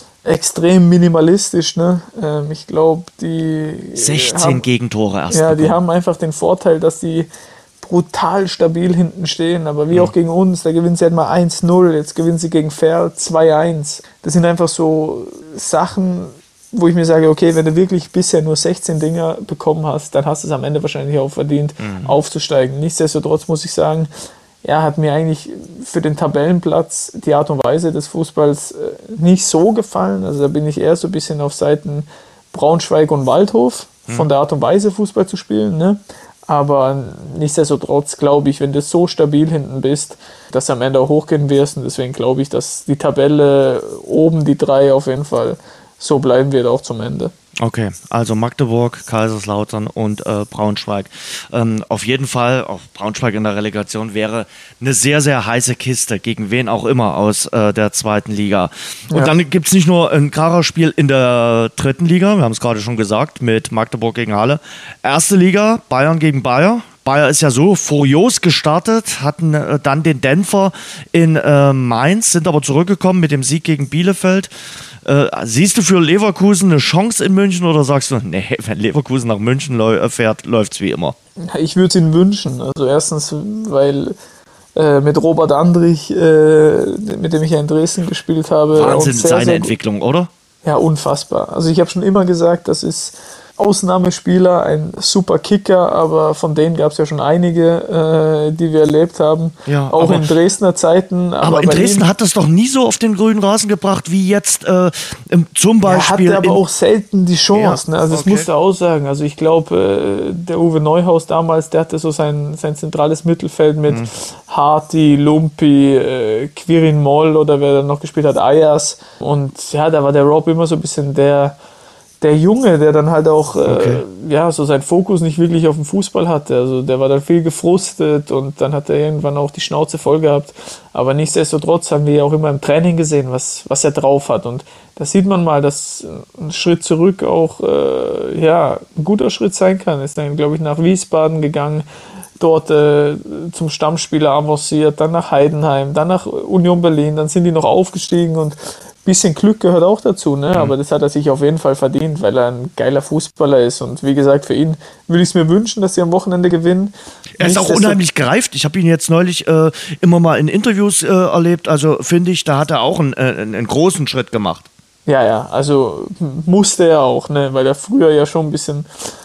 extrem minimalistisch, ne? Ich glaube, die 16 Gegentore erst. Ja, die haben einfach den Vorteil, dass die brutal stabil hinten stehen, aber wie auch gegen uns, da gewinnen sie halt mal 1-0, jetzt gewinnen sie gegen Verl 2-1. Das sind einfach so Sachen, wo ich mir sage, okay, wenn du wirklich bisher nur 16 Dinger bekommen hast, dann hast du es am Ende wahrscheinlich auch verdient, aufzusteigen. Nichtsdestotrotz muss ich sagen, hat mir eigentlich für den Tabellenplatz die Art und Weise des Fußballs nicht so gefallen. Also da bin ich eher so ein bisschen auf Seiten Braunschweig und Waldhof, von der Art und Weise Fußball zu spielen. Ne? Aber nichtsdestotrotz glaube ich, wenn du so stabil hinten bist, dass du am Ende auch hochgehen wirst. Und deswegen glaube ich, dass die Tabelle oben, die 3 auf jeden Fall so bleiben wird auch zum Ende. Okay, also Magdeburg, Kaiserslautern und Braunschweig. Auf jeden Fall, auch Braunschweig in der Relegation wäre eine sehr, sehr heiße Kiste, gegen wen auch immer aus der zweiten Liga. Und dann gibt es nicht nur ein klares Spiel in der dritten Liga, wir haben es gerade schon gesagt, mit Magdeburg gegen Halle. Erste Liga, Bayern gegen Bayer. Bayer ist ja so furios gestartet, hatten dann den Dämpfer in Mainz, sind aber zurückgekommen mit dem Sieg gegen Bielefeld. Siehst du für Leverkusen eine Chance in München oder sagst du, nee, wenn Leverkusen nach München fährt, läuft es wie immer? Ich würde es ihnen wünschen. Also erstens, weil mit Robert Andrich, mit dem ich ja in Dresden gespielt habe. Wahnsinn, seine Entwicklung, oder? Ja, unfassbar. Also ich habe schon immer gesagt, das ist Ausnahmespieler, ein super Kicker, aber von denen gab es ja schon einige, die wir erlebt haben, ja, auch in Dresdner Zeiten. Aber in Dresden hat das doch nie so auf den grünen Rasen gebracht, wie jetzt zum Beispiel. Er hatte aber auch selten die Chance, ne? Also das musst du auch sagen. Also ich glaube, der Uwe Neuhaus damals, der hatte so sein zentrales Mittelfeld mit Harty, Lumpi, Quirin Moll oder wer dann noch gespielt hat, Ayers. Und ja, da war der Rob immer so ein bisschen der Junge, der dann halt auch so seinen Fokus nicht wirklich auf dem Fußball hatte. Also der war dann viel gefrustet und dann hat er irgendwann auch die Schnauze voll gehabt. Aber nichtsdestotrotz haben wir ja auch immer im Training gesehen, was er drauf hat. Und da sieht man mal, dass ein Schritt zurück auch ein guter Schritt sein kann. Ist dann, glaube ich, nach Wiesbaden gegangen, dort zum Stammspieler avanciert, dann nach Heidenheim, dann nach Union Berlin, dann sind die noch aufgestiegen und bisschen Glück gehört auch dazu, ne? Aber das hat er sich auf jeden Fall verdient, weil er ein geiler Fußballer ist. Und wie gesagt, für ihn würde ich es mir wünschen, dass sie am Wochenende gewinnen. Er ist auch unheimlich gereift. Ich habe ihn jetzt neulich immer mal in Interviews erlebt. Also finde ich, da hat er auch einen großen Schritt gemacht. Ja, also musste er auch, ne? Weil er früher ja schon ein bisschen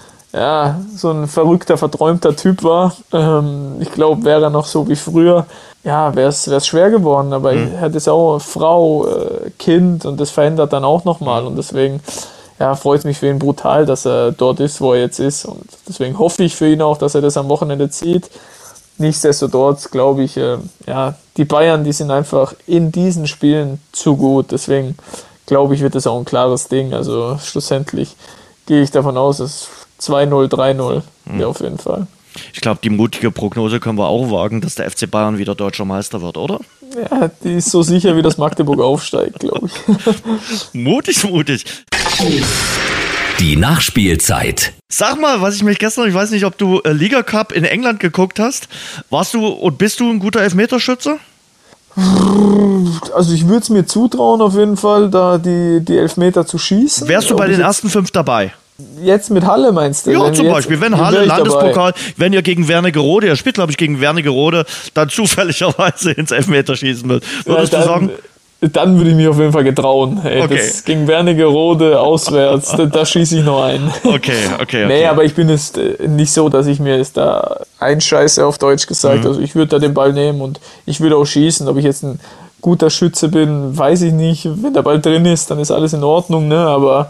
so ein verrückter, verträumter Typ war. Ich glaube, wäre er noch so wie früher, wäre es schwer geworden. Aber er hat jetzt auch Frau, Kind und das verändert dann auch nochmal. Und deswegen freut es mich für ihn brutal, dass er dort ist, wo er jetzt ist. Und deswegen hoffe ich für ihn auch, dass er das am Wochenende zieht. Nichtsdestotrotz glaube ich, die Bayern, die sind einfach in diesen Spielen zu gut. Deswegen glaube ich, wird das auch ein klares Ding. Also schlussendlich gehe ich davon aus, dass 2-0, 3-0 auf jeden Fall. Ich glaube, die mutige Prognose können wir auch wagen, dass der FC Bayern wieder deutscher Meister wird, oder? Ja, die ist so sicher, wie das Magdeburg aufsteigt, glaube ich. Mutig. Die Nachspielzeit. Sag mal, ich weiß nicht, ob du Liga Cup in England geguckt hast. Bist du ein guter Elfmeterschütze? Also ich würde es mir zutrauen, auf jeden Fall, da die Elfmeter zu schießen. Wärst du bei den ersten 5 dabei? Jetzt mit Halle meinst du? Ja, zum Beispiel, wenn Halle, Landespokal, wenn ihr gegen Wernigerode, ihr spielt glaube ich gegen Wernigerode, dann zufälligerweise ins Elfmeterschießen würdest du sagen? Dann würde ich mich auf jeden Fall getrauen. Okay. Das gegen Wernigerode auswärts, da schieße ich noch ein. Okay. Nee, aber ich bin jetzt nicht so, dass ich mir jetzt da einscheiße, auf Deutsch gesagt. Also ich würde da den Ball nehmen und ich würde auch schießen. Ob ich jetzt ein guter Schütze bin, weiß ich nicht. Wenn der Ball drin ist, dann ist alles in Ordnung, ne? Aber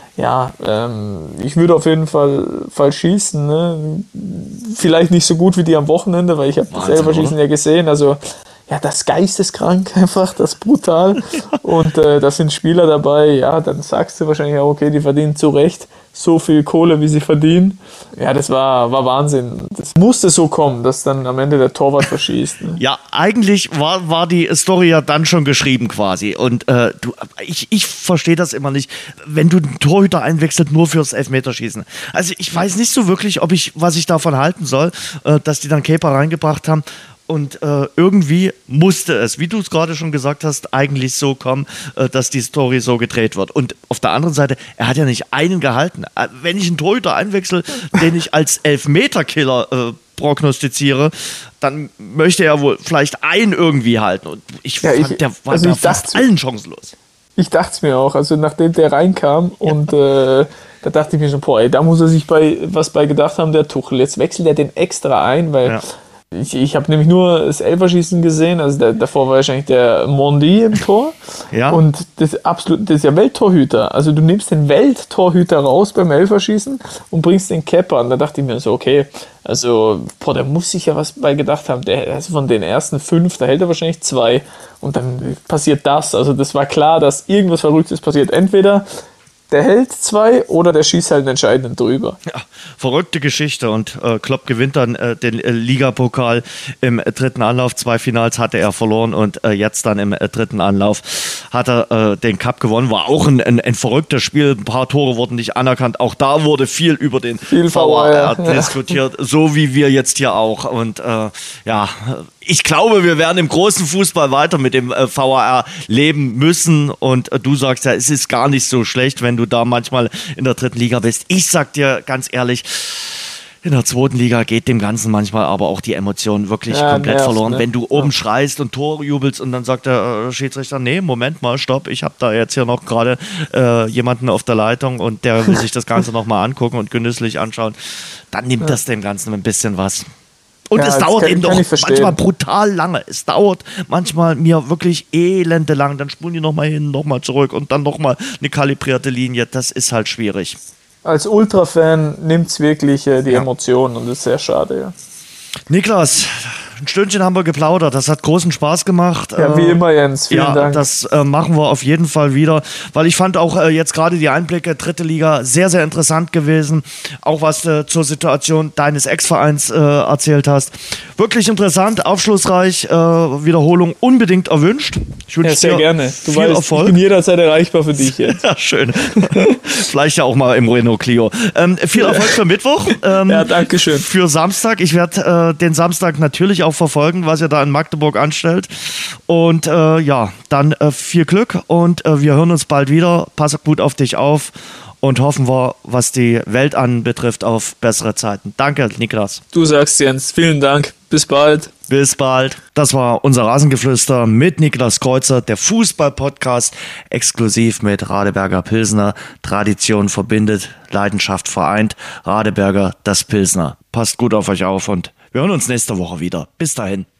ich würde auf jeden Fall schießen. Ne? Vielleicht nicht so gut wie die am Wochenende, weil ich habe das selber Schießen ja gesehen. Also das ist geisteskrank einfach, das ist brutal. Und da sind Spieler dabei, dann sagst du wahrscheinlich auch, okay, die verdienen zu Recht so viel Kohle, wie sie verdienen. Ja, das war Wahnsinn. Das musste so kommen, dass dann am Ende der Torwart verschießt. Ne? Ja, eigentlich war die Story ja dann schon geschrieben quasi. Und ich verstehe das immer nicht, wenn du einen Torhüter einwechselt nur fürs Elfmeterschießen. Also ich weiß nicht so wirklich, was ich davon halten soll, dass die dann Kepa reingebracht haben. Und irgendwie musste es, wie du es gerade schon gesagt hast, eigentlich so kommen, dass die Story so gedreht wird. Und auf der anderen Seite, er hat ja nicht einen gehalten. Wenn ich einen Torhüter einwechsel, den ich als Elfmeterkiller prognostiziere, dann möchte er wohl vielleicht einen irgendwie halten. Und ich fand, der war fast allen chancenlos. Ich dachte es mir auch. Also nachdem der reinkam und da dachte ich mir schon, da muss er sich was bei gedacht haben, der Tuchel. Jetzt wechselt er den extra ein, weil... Ja. Ich habe nämlich nur das Elferschießen gesehen, also davor war wahrscheinlich der Mondi im Tor. Ja. Und das ist ja Welttorhüter. Also du nimmst den Welttorhüter raus beim Elferschießen und bringst den Kepa an. Da dachte ich mir so, okay, also der muss sich ja was bei gedacht haben. Also von den ersten 5, da hält er wahrscheinlich 2 und dann passiert das. Also das war klar, dass irgendwas Verrücktes passiert. Entweder der hält 2 oder der schießt halt einen entscheidenden drüber. Ja, verrückte Geschichte und Klopp gewinnt dann den Ligapokal im 3. Anlauf. 2 Finals hatte er verloren und jetzt dann im 3. Anlauf hat er den Cup gewonnen. War auch ein verrücktes Spiel. Ein paar Tore wurden nicht anerkannt. Auch da wurde viel über den VAR diskutiert, so wie wir jetzt hier auch. Und ich glaube, wir werden im großen Fußball weiter mit dem VAR leben müssen. Und du sagst ja, es ist gar nicht so schlecht, wenn du da manchmal in der 3. Liga bist. Ich sag dir ganz ehrlich, In der zweiten Liga geht dem Ganzen manchmal aber auch die Emotion wirklich komplett nervt, verloren. ne? Wenn du oben schreist und Tor jubelst und dann sagt der Schiedsrichter, nee, Moment mal, stopp, ich habe da jetzt hier noch gerade jemanden auf der Leitung und der will sich das Ganze nochmal angucken und genüsslich anschauen, dann nimmt das dem Ganzen ein bisschen was. Und es dauert eben doch manchmal brutal lange. Es dauert manchmal mir wirklich elendelang. Dann spulen die nochmal hin, nochmal zurück und dann nochmal eine kalibrierte Linie. Das ist halt schwierig. Als Ultra-Fan nimmt es wirklich die Emotionen und das ist sehr schade. Ja. Niklas, ein Stündchen haben wir geplaudert. Das hat großen Spaß gemacht. Ja, wie immer, Jens. Vielen Dank. Das machen wir auf jeden Fall wieder, weil ich fand auch jetzt gerade die Einblicke dritte Liga sehr, sehr interessant gewesen. Auch was du zur Situation deines Ex-Vereins erzählt hast. Wirklich interessant, aufschlussreich. Wiederholung unbedingt erwünscht. Ich wünsche sehr dir gerne. Du viel weißt, Erfolg. Ich bin jederzeit erreichbar für dich jetzt. Ja, schön. Vielleicht ja auch mal im Renault Clio. Viel Erfolg für Mittwoch. Ja, danke schön. Für Samstag. Ich werde den Samstag natürlich auch verfolgen, was ihr da in Magdeburg anstellt. Und dann viel Glück und wir hören uns bald wieder. Pass gut auf dich auf und hoffen wir, was die Welt anbetrifft, auf bessere Zeiten. Danke, Niklas. Du sagst, Jens. Vielen Dank. Bis bald. Bis bald. Das war unser Rasengeflüster mit Niklas Kreuzer, der Fußball-Podcast, exklusiv mit Radeberger Pilsner. Tradition verbindet, Leidenschaft vereint. Radeberger, das Pilsner. Passt gut auf euch auf und wir hören uns nächste Woche wieder. Bis dahin.